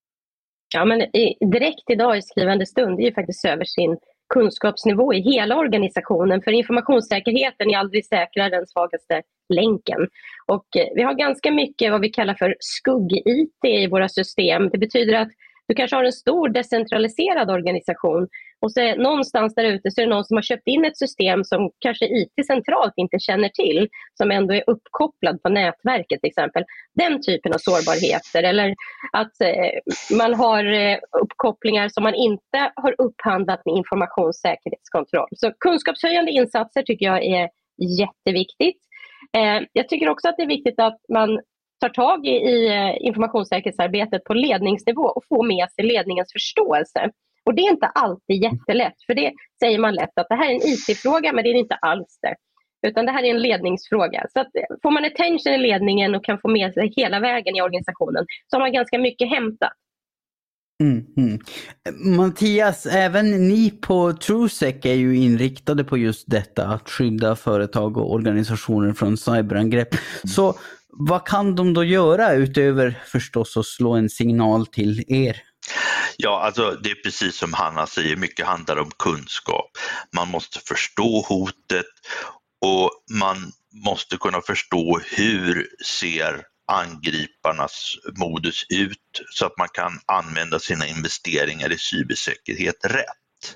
Ja, men direkt idag i skrivande stund är ju faktiskt över sin kunskapsnivå i hela organisationen, för informationssäkerheten är aldrig säkrare än den svagaste länken. Och vi har ganska mycket vad vi kallar för skugg-I T i våra system. Det betyder att du kanske har en stor decentraliserad organisation och så är, någonstans där ute så är det någon som har köpt in ett system som kanske I T centralt inte känner till, som ändå är uppkopplad på nätverket till exempel. Den typen av sårbarheter, eller att eh, man har eh, uppkopplingar som man inte har upphandlat med informationssäkerhetskontroll. Så kunskapshöjande insatser tycker jag är jätteviktigt. Eh, jag tycker också att det är viktigt att man tar tag i, i informationssäkerhetsarbetet på ledningsnivå och får med sig ledningens förståelse. Och det är inte alltid jättelätt, för det säger man lätt att det här är en I T-fråga, men det är inte alls det. Utan det här är en ledningsfråga. Så att får man attention i ledningen och kan få med sig hela vägen i organisationen så har man ganska mycket hämtat. Mm, mm. Mattias, även ni på TrueSec är ju inriktade på just detta, att skydda företag och organisationer från cyberangrepp. Så vad kan de då göra utöver förstås att slå en signal till er? Ja, alltså det är precis som Hanna säger, mycket handlar om kunskap. Man måste förstå hotet och man måste kunna förstå hur ser angriparnas modus ut så att man kan använda sina investeringar i cybersäkerhet rätt.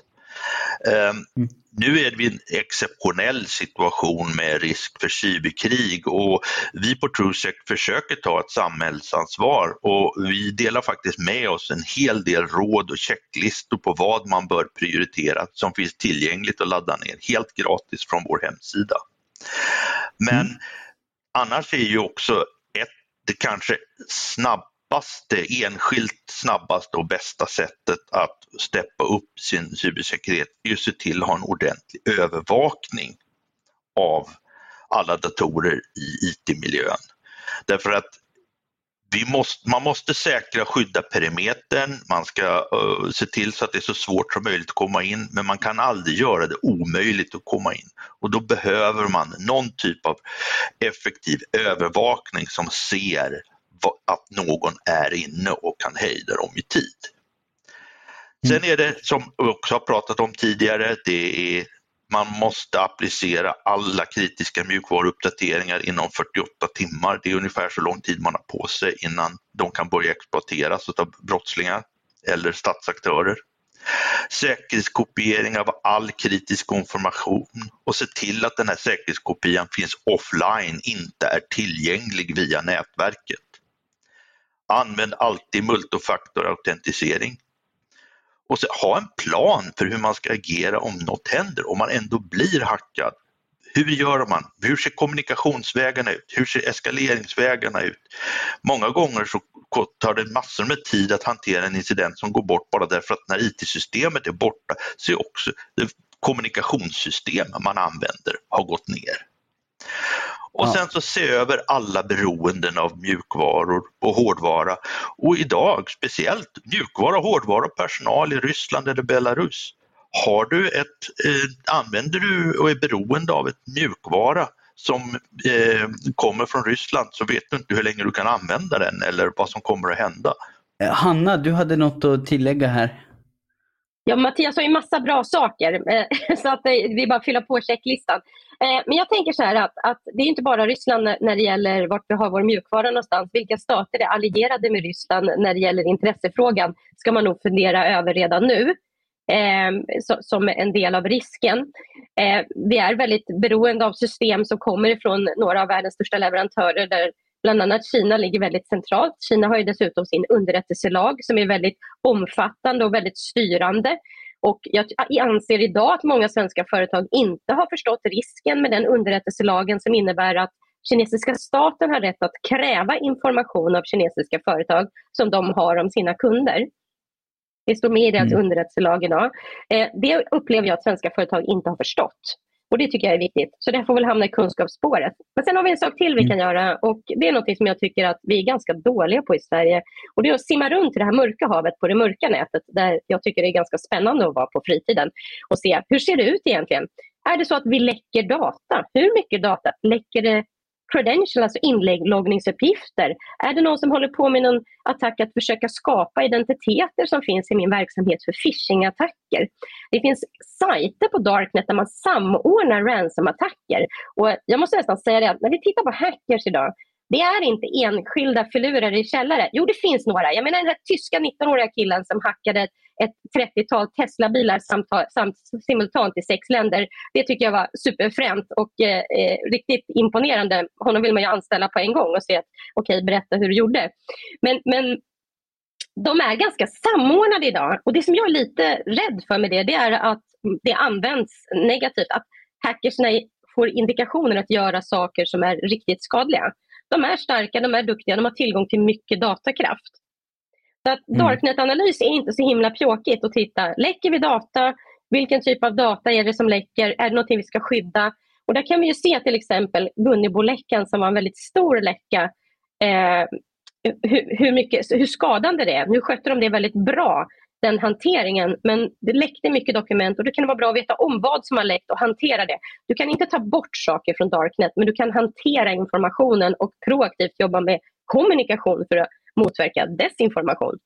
Um, mm. Nu är vi i en exceptionell situation med risk för cyberkrig och vi på TrueSec försöker ta ett samhällsansvar och vi delar faktiskt med oss en hel del råd och checklistor på vad man bör prioritera som finns tillgängligt att ladda ner helt gratis från vår hemsida. Men mm. annars är ju också ett, det kanske snabbt det enskilt snabbaste och bästa sättet att steppa upp sin cybersäkerhet är att se till att ha en ordentlig övervakning av alla datorer i I T-miljön. Därför att vi måste, man måste säkra skydda perimetern, man ska uh, se till så att det är så svårt som möjligt att komma in, men man kan aldrig göra det omöjligt att komma in. Och då behöver man någon typ av effektiv övervakning som ser att någon är inne och kan hejda dem i tid. Sen är det, som vi också har pratat om tidigare, det är, man måste applicera alla kritiska mjukvaruuppdateringar inom fyrtioåtta timmar. Det är ungefär så lång tid man har på sig innan de kan börja exploateras av brottslingar eller statsaktörer. Säkerhetskopiering av all kritisk information och se till att den här säkerhetskopian finns offline, inte är tillgänglig via nätverket. Använd alltid multifaktorautentisering. Och så ha en plan för hur man ska agera om något händer, om man ändå blir hackad. Hur gör man? Hur ser kommunikationsvägarna ut? Hur ser eskaleringsvägarna ut? Många gånger så tar det massor med tid att hantera en incident som går bort bara därför att när I T-systemet är borta så är också det kommunikationssystem man använder har gått ner. Och sen så se över alla beroenden av mjukvaror och hårdvara. Och idag speciellt mjukvara, hårdvara och personal i Ryssland eller Belarus. Har du ett, eh, använder du och är beroende av ett mjukvara som eh, kommer från Ryssland så vet du inte hur länge du kan använda den eller vad som kommer att hända. Hanna, du hade något att tillägga här. Ja, Mattias har ju massa bra saker så att vi bara fyller på checklistan. Men jag tänker så här att, att det är inte bara Ryssland när det gäller vart vi har vår mjukvara någonstans. Vilka stater är allierade med Ryssland när det gäller intressefrågan ska man nog fundera över redan nu eh, så, som en del av risken. Eh, vi är väldigt beroende av system som kommer ifrån några av världens största leverantörer där bland annat Kina ligger väldigt centralt. Kina har ju dessutom sin underrättelselag som är väldigt omfattande och väldigt styrande. Och jag anser idag att många svenska företag inte har förstått risken med den underrättelselagen som innebär att kinesiska staten har rätt att kräva information av kinesiska företag som de har om sina kunder. Det står med i deras mm. underrättelselag idag. Det upplever jag att svenska företag inte har förstått. Och det tycker jag är viktigt. Så det får väl hamna i kunskapsspåret. Men sen har vi en sak till vi kan göra. Och det är något som jag tycker att vi är ganska dåliga på i Sverige. Och det är att simma runt i det här mörka havet på det mörka nätet. Där jag tycker det är ganska spännande att vara på fritiden. Och se, hur ser det ut egentligen? Är det så att vi läcker data? Hur mycket data? Läcker det credential, alltså inloggningsuppgifter? Är det någon som håller på med någon attack att försöka skapa identiteter som finns i min verksamhet för phishing-attacker? Det finns sajter på Darknet där man samordnar ransom-attacker. Och jag måste nästan säga det att när vi tittar på hackers idag, det är inte enskilda filurer i källare. Jo, det finns några. Jag menar den här tyska nittonåriga killen som hackade ett trettiotal Tesla-bilar samt, samt simultant i sex länder. Det tycker jag var superfränt och eh, riktigt imponerande. Honom vill man ju anställa på en gång och se att okej, okay, berätta hur du gjorde. Men, men de är ganska samordnade idag. Och det som jag är lite rädd för med det, det är att det används negativt. Att hackersna får indikationer att göra saker som är riktigt skadliga. De är starka, de är duktiga, de har tillgång till mycket datakraft. Så att mm. Darknet-analys är inte så himla pjåkigt att titta. Läcker vi data? Vilken typ av data är det som läcker? Är det någonting vi ska skydda? Och där kan vi ju se till exempel Gunnebo-läckan som var en väldigt stor läcka. Eh, hur, hur, mycket, hur skadande det är. Nu skötte de det väldigt bra, den hanteringen. Men det läckte mycket dokument och det kan vara bra att veta om vad som har läckt och hantera det. Du kan inte ta bort saker från Darknet, men du kan hantera informationen och proaktivt jobba med kommunikation för att motverka desinformation.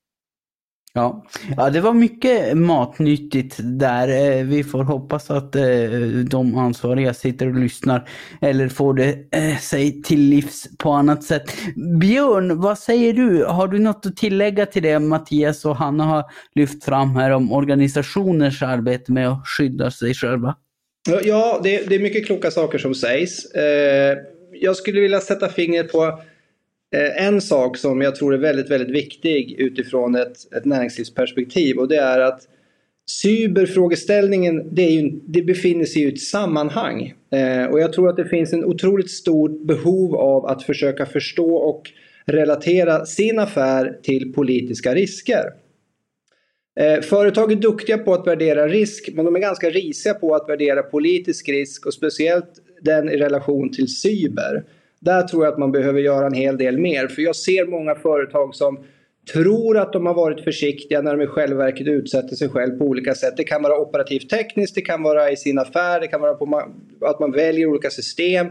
Ja. ja, det var mycket matnyttigt där. Vi får hoppas att de ansvariga sitter och lyssnar eller får det sig till livs på annat sätt. Björn, vad säger du? Har du något att tillägga till det Mattias och Hanna har lyft fram här om organisationers arbete med att skydda sig själva? Ja, det, det är mycket kloka saker som sägs. Jag skulle vilja sätta fingret på en sak som jag tror är väldigt, väldigt viktig utifrån ett, ett näringslivsperspektiv, och det är att cyberfrågeställningen, det, är ju, det befinner sig i ett sammanhang. Eh, och jag tror att det finns en otroligt stort behov av att försöka förstå och relatera sin affär till politiska risker. Eh, företag är duktiga på att värdera risk, men de är ganska risiga på att värdera politisk risk, och speciellt den i relation till cyber. Där tror jag att man behöver göra en hel del mer. För jag ser många företag som tror att de har varit försiktiga när de i själva verket utsätter sig själv på olika sätt. Det kan vara operativt tekniskt, det kan vara i sin affär, det kan vara på att man väljer olika system.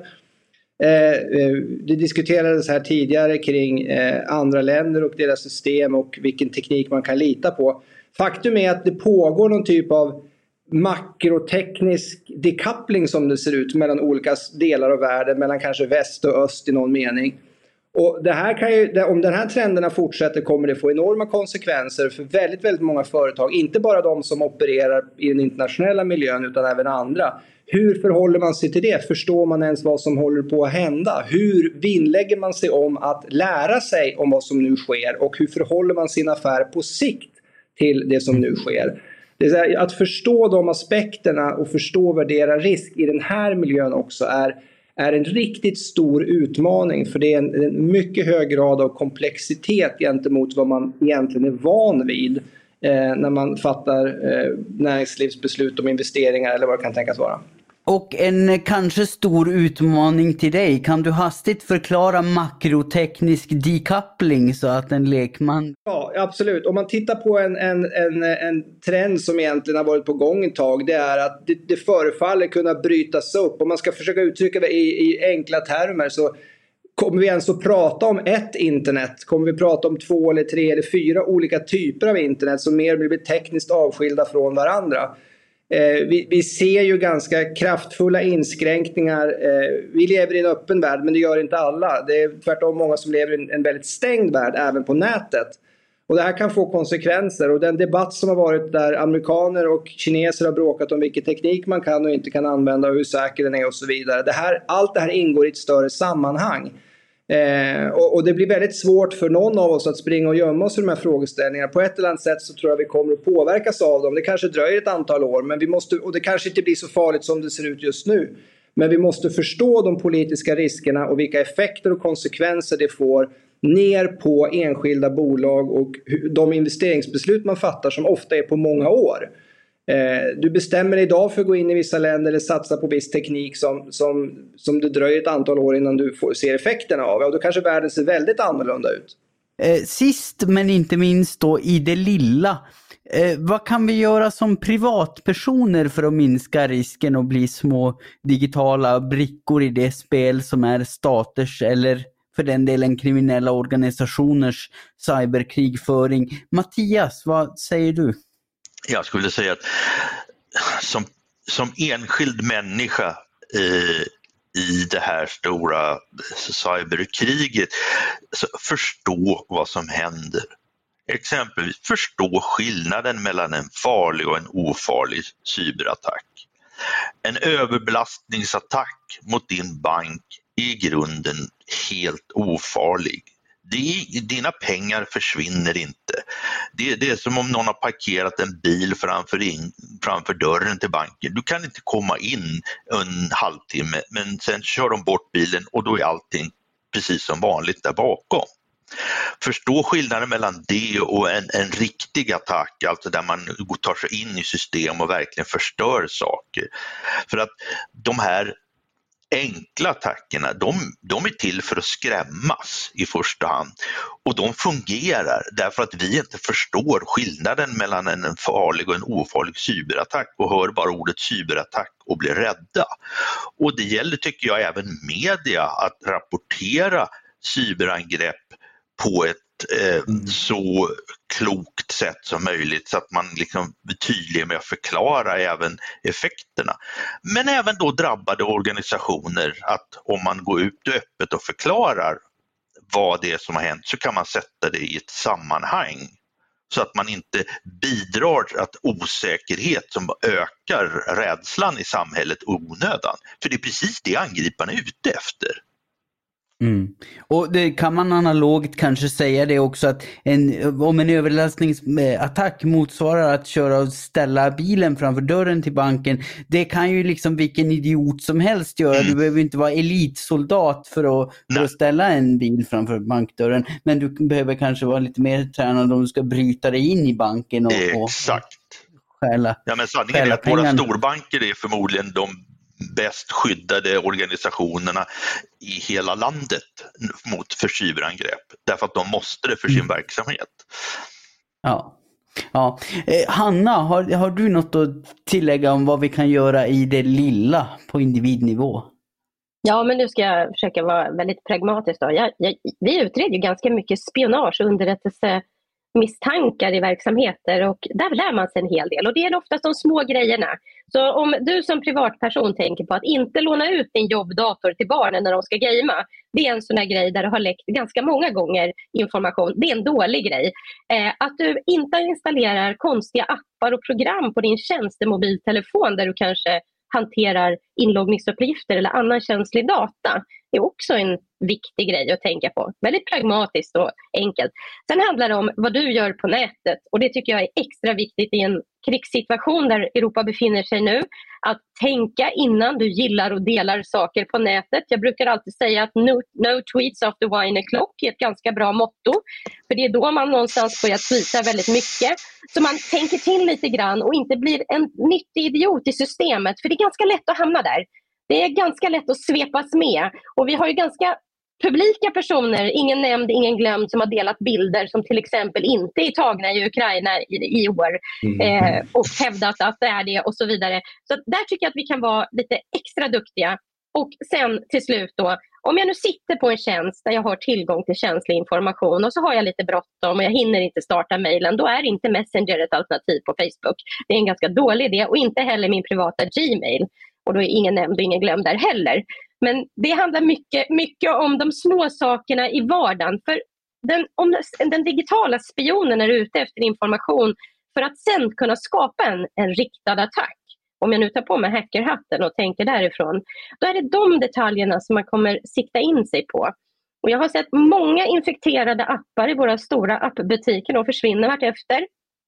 Det diskuterades här tidigare kring andra länder och deras system och vilken teknik man kan lita på. Faktum är att det pågår någon typ av makroteknisk decoupling som det ser ut mellan olika delar av världen, mellan kanske väst och öst i någon mening. Och det här kan ju, om den här trenderna fortsätter kommer det få enorma konsekvenser för väldigt, väldigt många företag. Inte bara de som opererar i den internationella miljön utan även andra. Hur förhåller man sig till det? Förstår man ens vad som håller på att hända? Hur vinnlägger man sig om att lära sig om vad som nu sker? Och hur förhåller man sin affär på sikt till det som nu sker? Det är så här, att förstå de aspekterna och förstå och värdera risk i den här miljön också är, är en riktigt stor utmaning. För det är en, en mycket hög grad av komplexitet gentemot vad man egentligen är van vid eh, när man fattar eh, näringslivsbeslut om investeringar eller vad det kan tänkas vara. Och en kanske stor utmaning till dig. Kan du hastigt förklara makroteknisk decoupling så att en lekman... Ja, absolut. Om man tittar på en, en, en, en trend som egentligen har varit på gång ett tag, det är att det, det förefaller kunna brytas upp. Om man ska försöka uttrycka det i, i enkla termer så kommer vi ens att prata om ett internet? Kommer vi prata om två eller tre eller fyra olika typer av internet som mer blir tekniskt avskilda från varandra? Eh, vi, vi ser ju ganska kraftfulla inskränkningar. Eh, vi lever i en öppen värld, men det gör inte alla. Det är tvärtom många som lever i en, en väldigt stängd värld, även på nätet. Och det här kan få konsekvenser. Och den debatt som har varit där amerikaner och kineser har bråkat om vilken teknik man kan och inte kan använda och hur säker den är och så vidare. Det här, allt det här ingår i ett större sammanhang. Eh, och, och det blir väldigt svårt för någon av oss att springa och gömma oss i de här frågeställningarna. På ett eller annat sätt så tror jag vi kommer att påverkas av dem. Det kanske dröjer ett antal år, men vi måste, och det kanske inte blir så farligt som det ser ut just nu. Men vi måste förstå de politiska riskerna och vilka effekter och konsekvenser det får ner på enskilda bolag och de investeringsbeslut man fattar som ofta är på många år. Du bestämmer idag för att gå in i vissa länder eller satsa på viss teknik som, som, som det dröjer ett antal år innan du får, ser effekterna av. Och då kanske världen ser väldigt annorlunda ut. Eh, sist men inte minst då i det lilla. Eh, vad kan vi göra som privatpersoner för att minska risken att bli små digitala brickor i det spel som är staters eller för den delen kriminella organisationers cyberkrigföring? Mattias, vad säger du? Jag skulle säga att som, som enskild människa eh, i det här stora cyberkriget, så förstå vad som händer. Exempelvis förstå skillnaden mellan en farlig och en ofarlig cyberattack. En överbelastningsattack mot din bank är i grunden helt ofarlig. Det är, dina pengar försvinner inte. Det, det är som om någon har parkerat en bil framför, in, framför dörren till banken. Du kan inte komma in en halvtimme, men sen kör de bort bilen och då är allting precis som vanligt där bakom. Förstå skillnaden mellan det och en, en riktig attack, alltså där man tar sig in i system och verkligen förstör saker. För att de här enkla attackerna, de, de är till för att skrämmas i första hand, och de fungerar därför att vi inte förstår skillnaden mellan en farlig och en ofarlig cyberattack och hör bara ordet cyberattack och blir rädda. Och det gäller, tycker jag, även media att rapportera cyberangrepp på ett eh, mm. så klokt sätt som möjligt, så att man liksom är tydlig med att förklara även effekterna. Men även då drabbade organisationer, att om man går ut öppet och förklarar vad det är som har hänt, så kan man sätta det i ett sammanhang så att man inte bidrar till att osäkerhet som ökar rädslan i samhället onödan. För det är precis det angriparna är ute efter. Mm. Och det kan man analogt kanske säga det också, att en, om en överlastningsattack motsvarar att köra och ställa bilen framför dörren till banken, det kan ju liksom vilken idiot som helst göra. Du behöver inte vara elitsoldat för att, för att ställa en bil framför bankdörren, men du behöver kanske vara lite mer tränad om du ska bryta dig in i banken och, Exakt. och stjäla. Ja, men sanningen är att våra storbanker är förmodligen de bäst skyddade organisationerna i hela landet mot för cyberangrepp, därför att de måste det för sin mm. verksamhet. Ja. Ja. Eh, Hanna, har, har du något att tillägga om vad vi kan göra i det lilla på individnivå? Ja, men nu ska jag försöka vara väldigt pragmatisk då. Jag, jag, vi utreder ju ganska mycket spionage och underrättelse misstankar i verksamheter, och där lär man sig en hel del, och det är oftast de små grejerna. Så om du som privatperson tänker på att inte låna ut din jobbdator till barnen när de ska gamea, det är en sån här grej där du har läckt ganska många gånger information. Det är en dålig grej. Eh, att du inte installerar konstiga appar och program på din tjänstemobiltelefon där du kanske hanterar inloggningsuppgifter eller annan känslig data, är också en viktig grej att tänka på. Väldigt pragmatiskt och enkelt. Sen handlar det om vad du gör på nätet, och det tycker jag är extra viktigt i en krigssituation där Europa befinner sig nu. Att tänka innan du gillar och delar saker på nätet. Jag brukar alltid säga att no, no tweets after wine o'clock är ett ganska bra motto. För det är då man någonstans börjar tweeta väldigt mycket. Så man tänker till lite grann och inte blir en nyttig idiot i systemet. För det är ganska lätt att hamna där. Det är ganska lätt att svepas med. Och vi har ju ganska publika personer, ingen nämnd, ingen glömd, som har delat bilder som till exempel inte är tagna i Ukraina i, i år mm. eh, och hävdat att det är det och så vidare. Så där tycker jag att vi kan vara lite extra duktiga. Och sen till slut då, om jag nu sitter på en tjänst där jag har tillgång till känslig information och så har jag lite bråttom och jag hinner inte starta mejlen, då är inte Messenger ett alternativ på Facebook. Det är en ganska dålig idé, och inte heller min privata Gmail. Och då är ingen nämnd och ingen glömd där heller. Men det handlar mycket, mycket om de små sakerna i vardagen. För den, om den digitala spionen är ute efter information för att sen kunna skapa en, en riktad attack. Om jag nu tar på mig hackerhatten och tänker därifrån, då är det de detaljerna som man kommer sikta in sig på. Och jag har sett många infekterade appar i våra stora appbutiker och försvinner vartefter.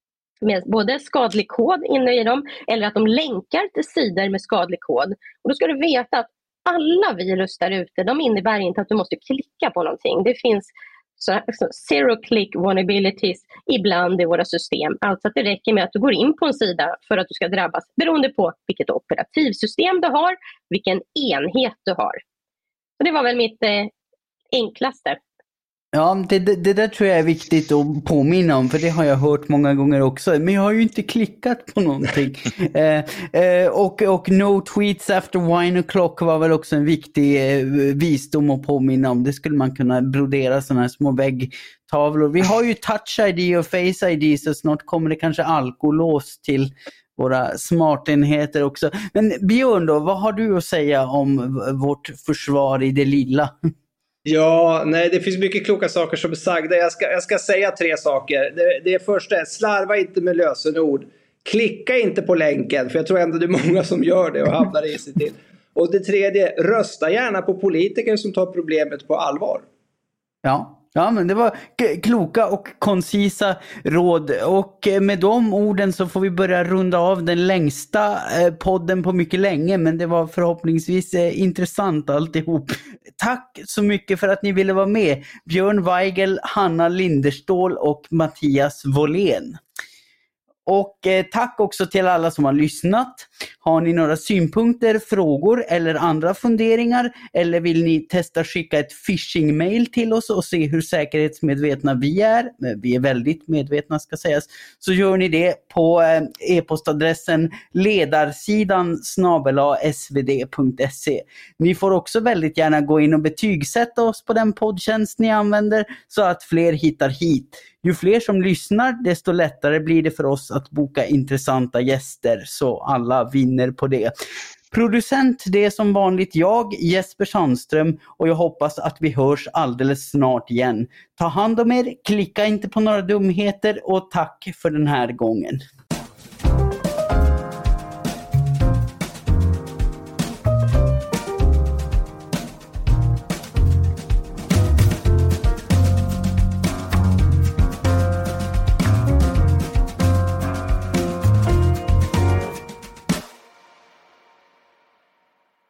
Med både skadlig kod inne i dem, eller att de länkar till sidor med skadlig kod. Och då ska du veta att alla virus där ute, de innebär inte att du måste klicka på någonting. Det finns så, så, zero-click vulnerabilities ibland i våra system. Alltså att det räcker med att du går in på en sida för att du ska drabbas, beroende på vilket operativsystem du har, vilken enhet du har. Så det var väl mitt eh, enklaste. Ja, det, det, det där tror jag är viktigt att påminna om, för det har jag hört många gånger också. Men jag har ju inte klickat på någonting. eh, eh, och, och no tweets after wine o'clock var väl också en viktig eh, visdom att påminna om. Det skulle man kunna brodera sådana här små väggtavlor. Vi har ju touch I D och face I D, så snart kommer det kanske alkolås till våra smartenheter också. Men Björn då, vad har du att säga om vårt försvar i det lilla? Ja, nej, det finns mycket kloka saker som är sagda. Jag ska, jag ska säga tre saker. Det, det första är, slarva inte med lösenord. Klicka inte på länken, för jag tror ändå det är många som gör det och hamnar i sig till. Och det tredje, rösta gärna på politiker som tar problemet på allvar. Ja. Ja, men det var k- kloka och koncisa råd, och med de orden så får vi börja runda av den längsta eh, podden på mycket länge, men det var förhoppningsvis eh, intressant alltihop. Tack så mycket för att ni ville vara med, Björn Weigel, Hanna Linderstål och Mattias Wåhlén. Och eh, tack också till alla som har lyssnat. Har ni några synpunkter, frågor eller andra funderingar, eller vill ni testa skicka ett phishing-mail till oss och se hur säkerhetsmedvetna vi är, vi är väldigt medvetna ska sägas, så gör ni det på eh, e-postadressen ledarsidan snabel-a s v d punkt se. Ni får också väldigt gärna gå in och betygsätta oss på den poddtjänst ni använder så att fler hittar hit. Ju fler som lyssnar, desto lättare blir det för oss att boka intressanta gäster, så alla vinner på det. Producent, det är som vanligt jag, Jesper Sandström, och jag hoppas att vi hörs alldeles snart igen. Ta hand om er, klicka inte på några dumheter, och tack för den här gången.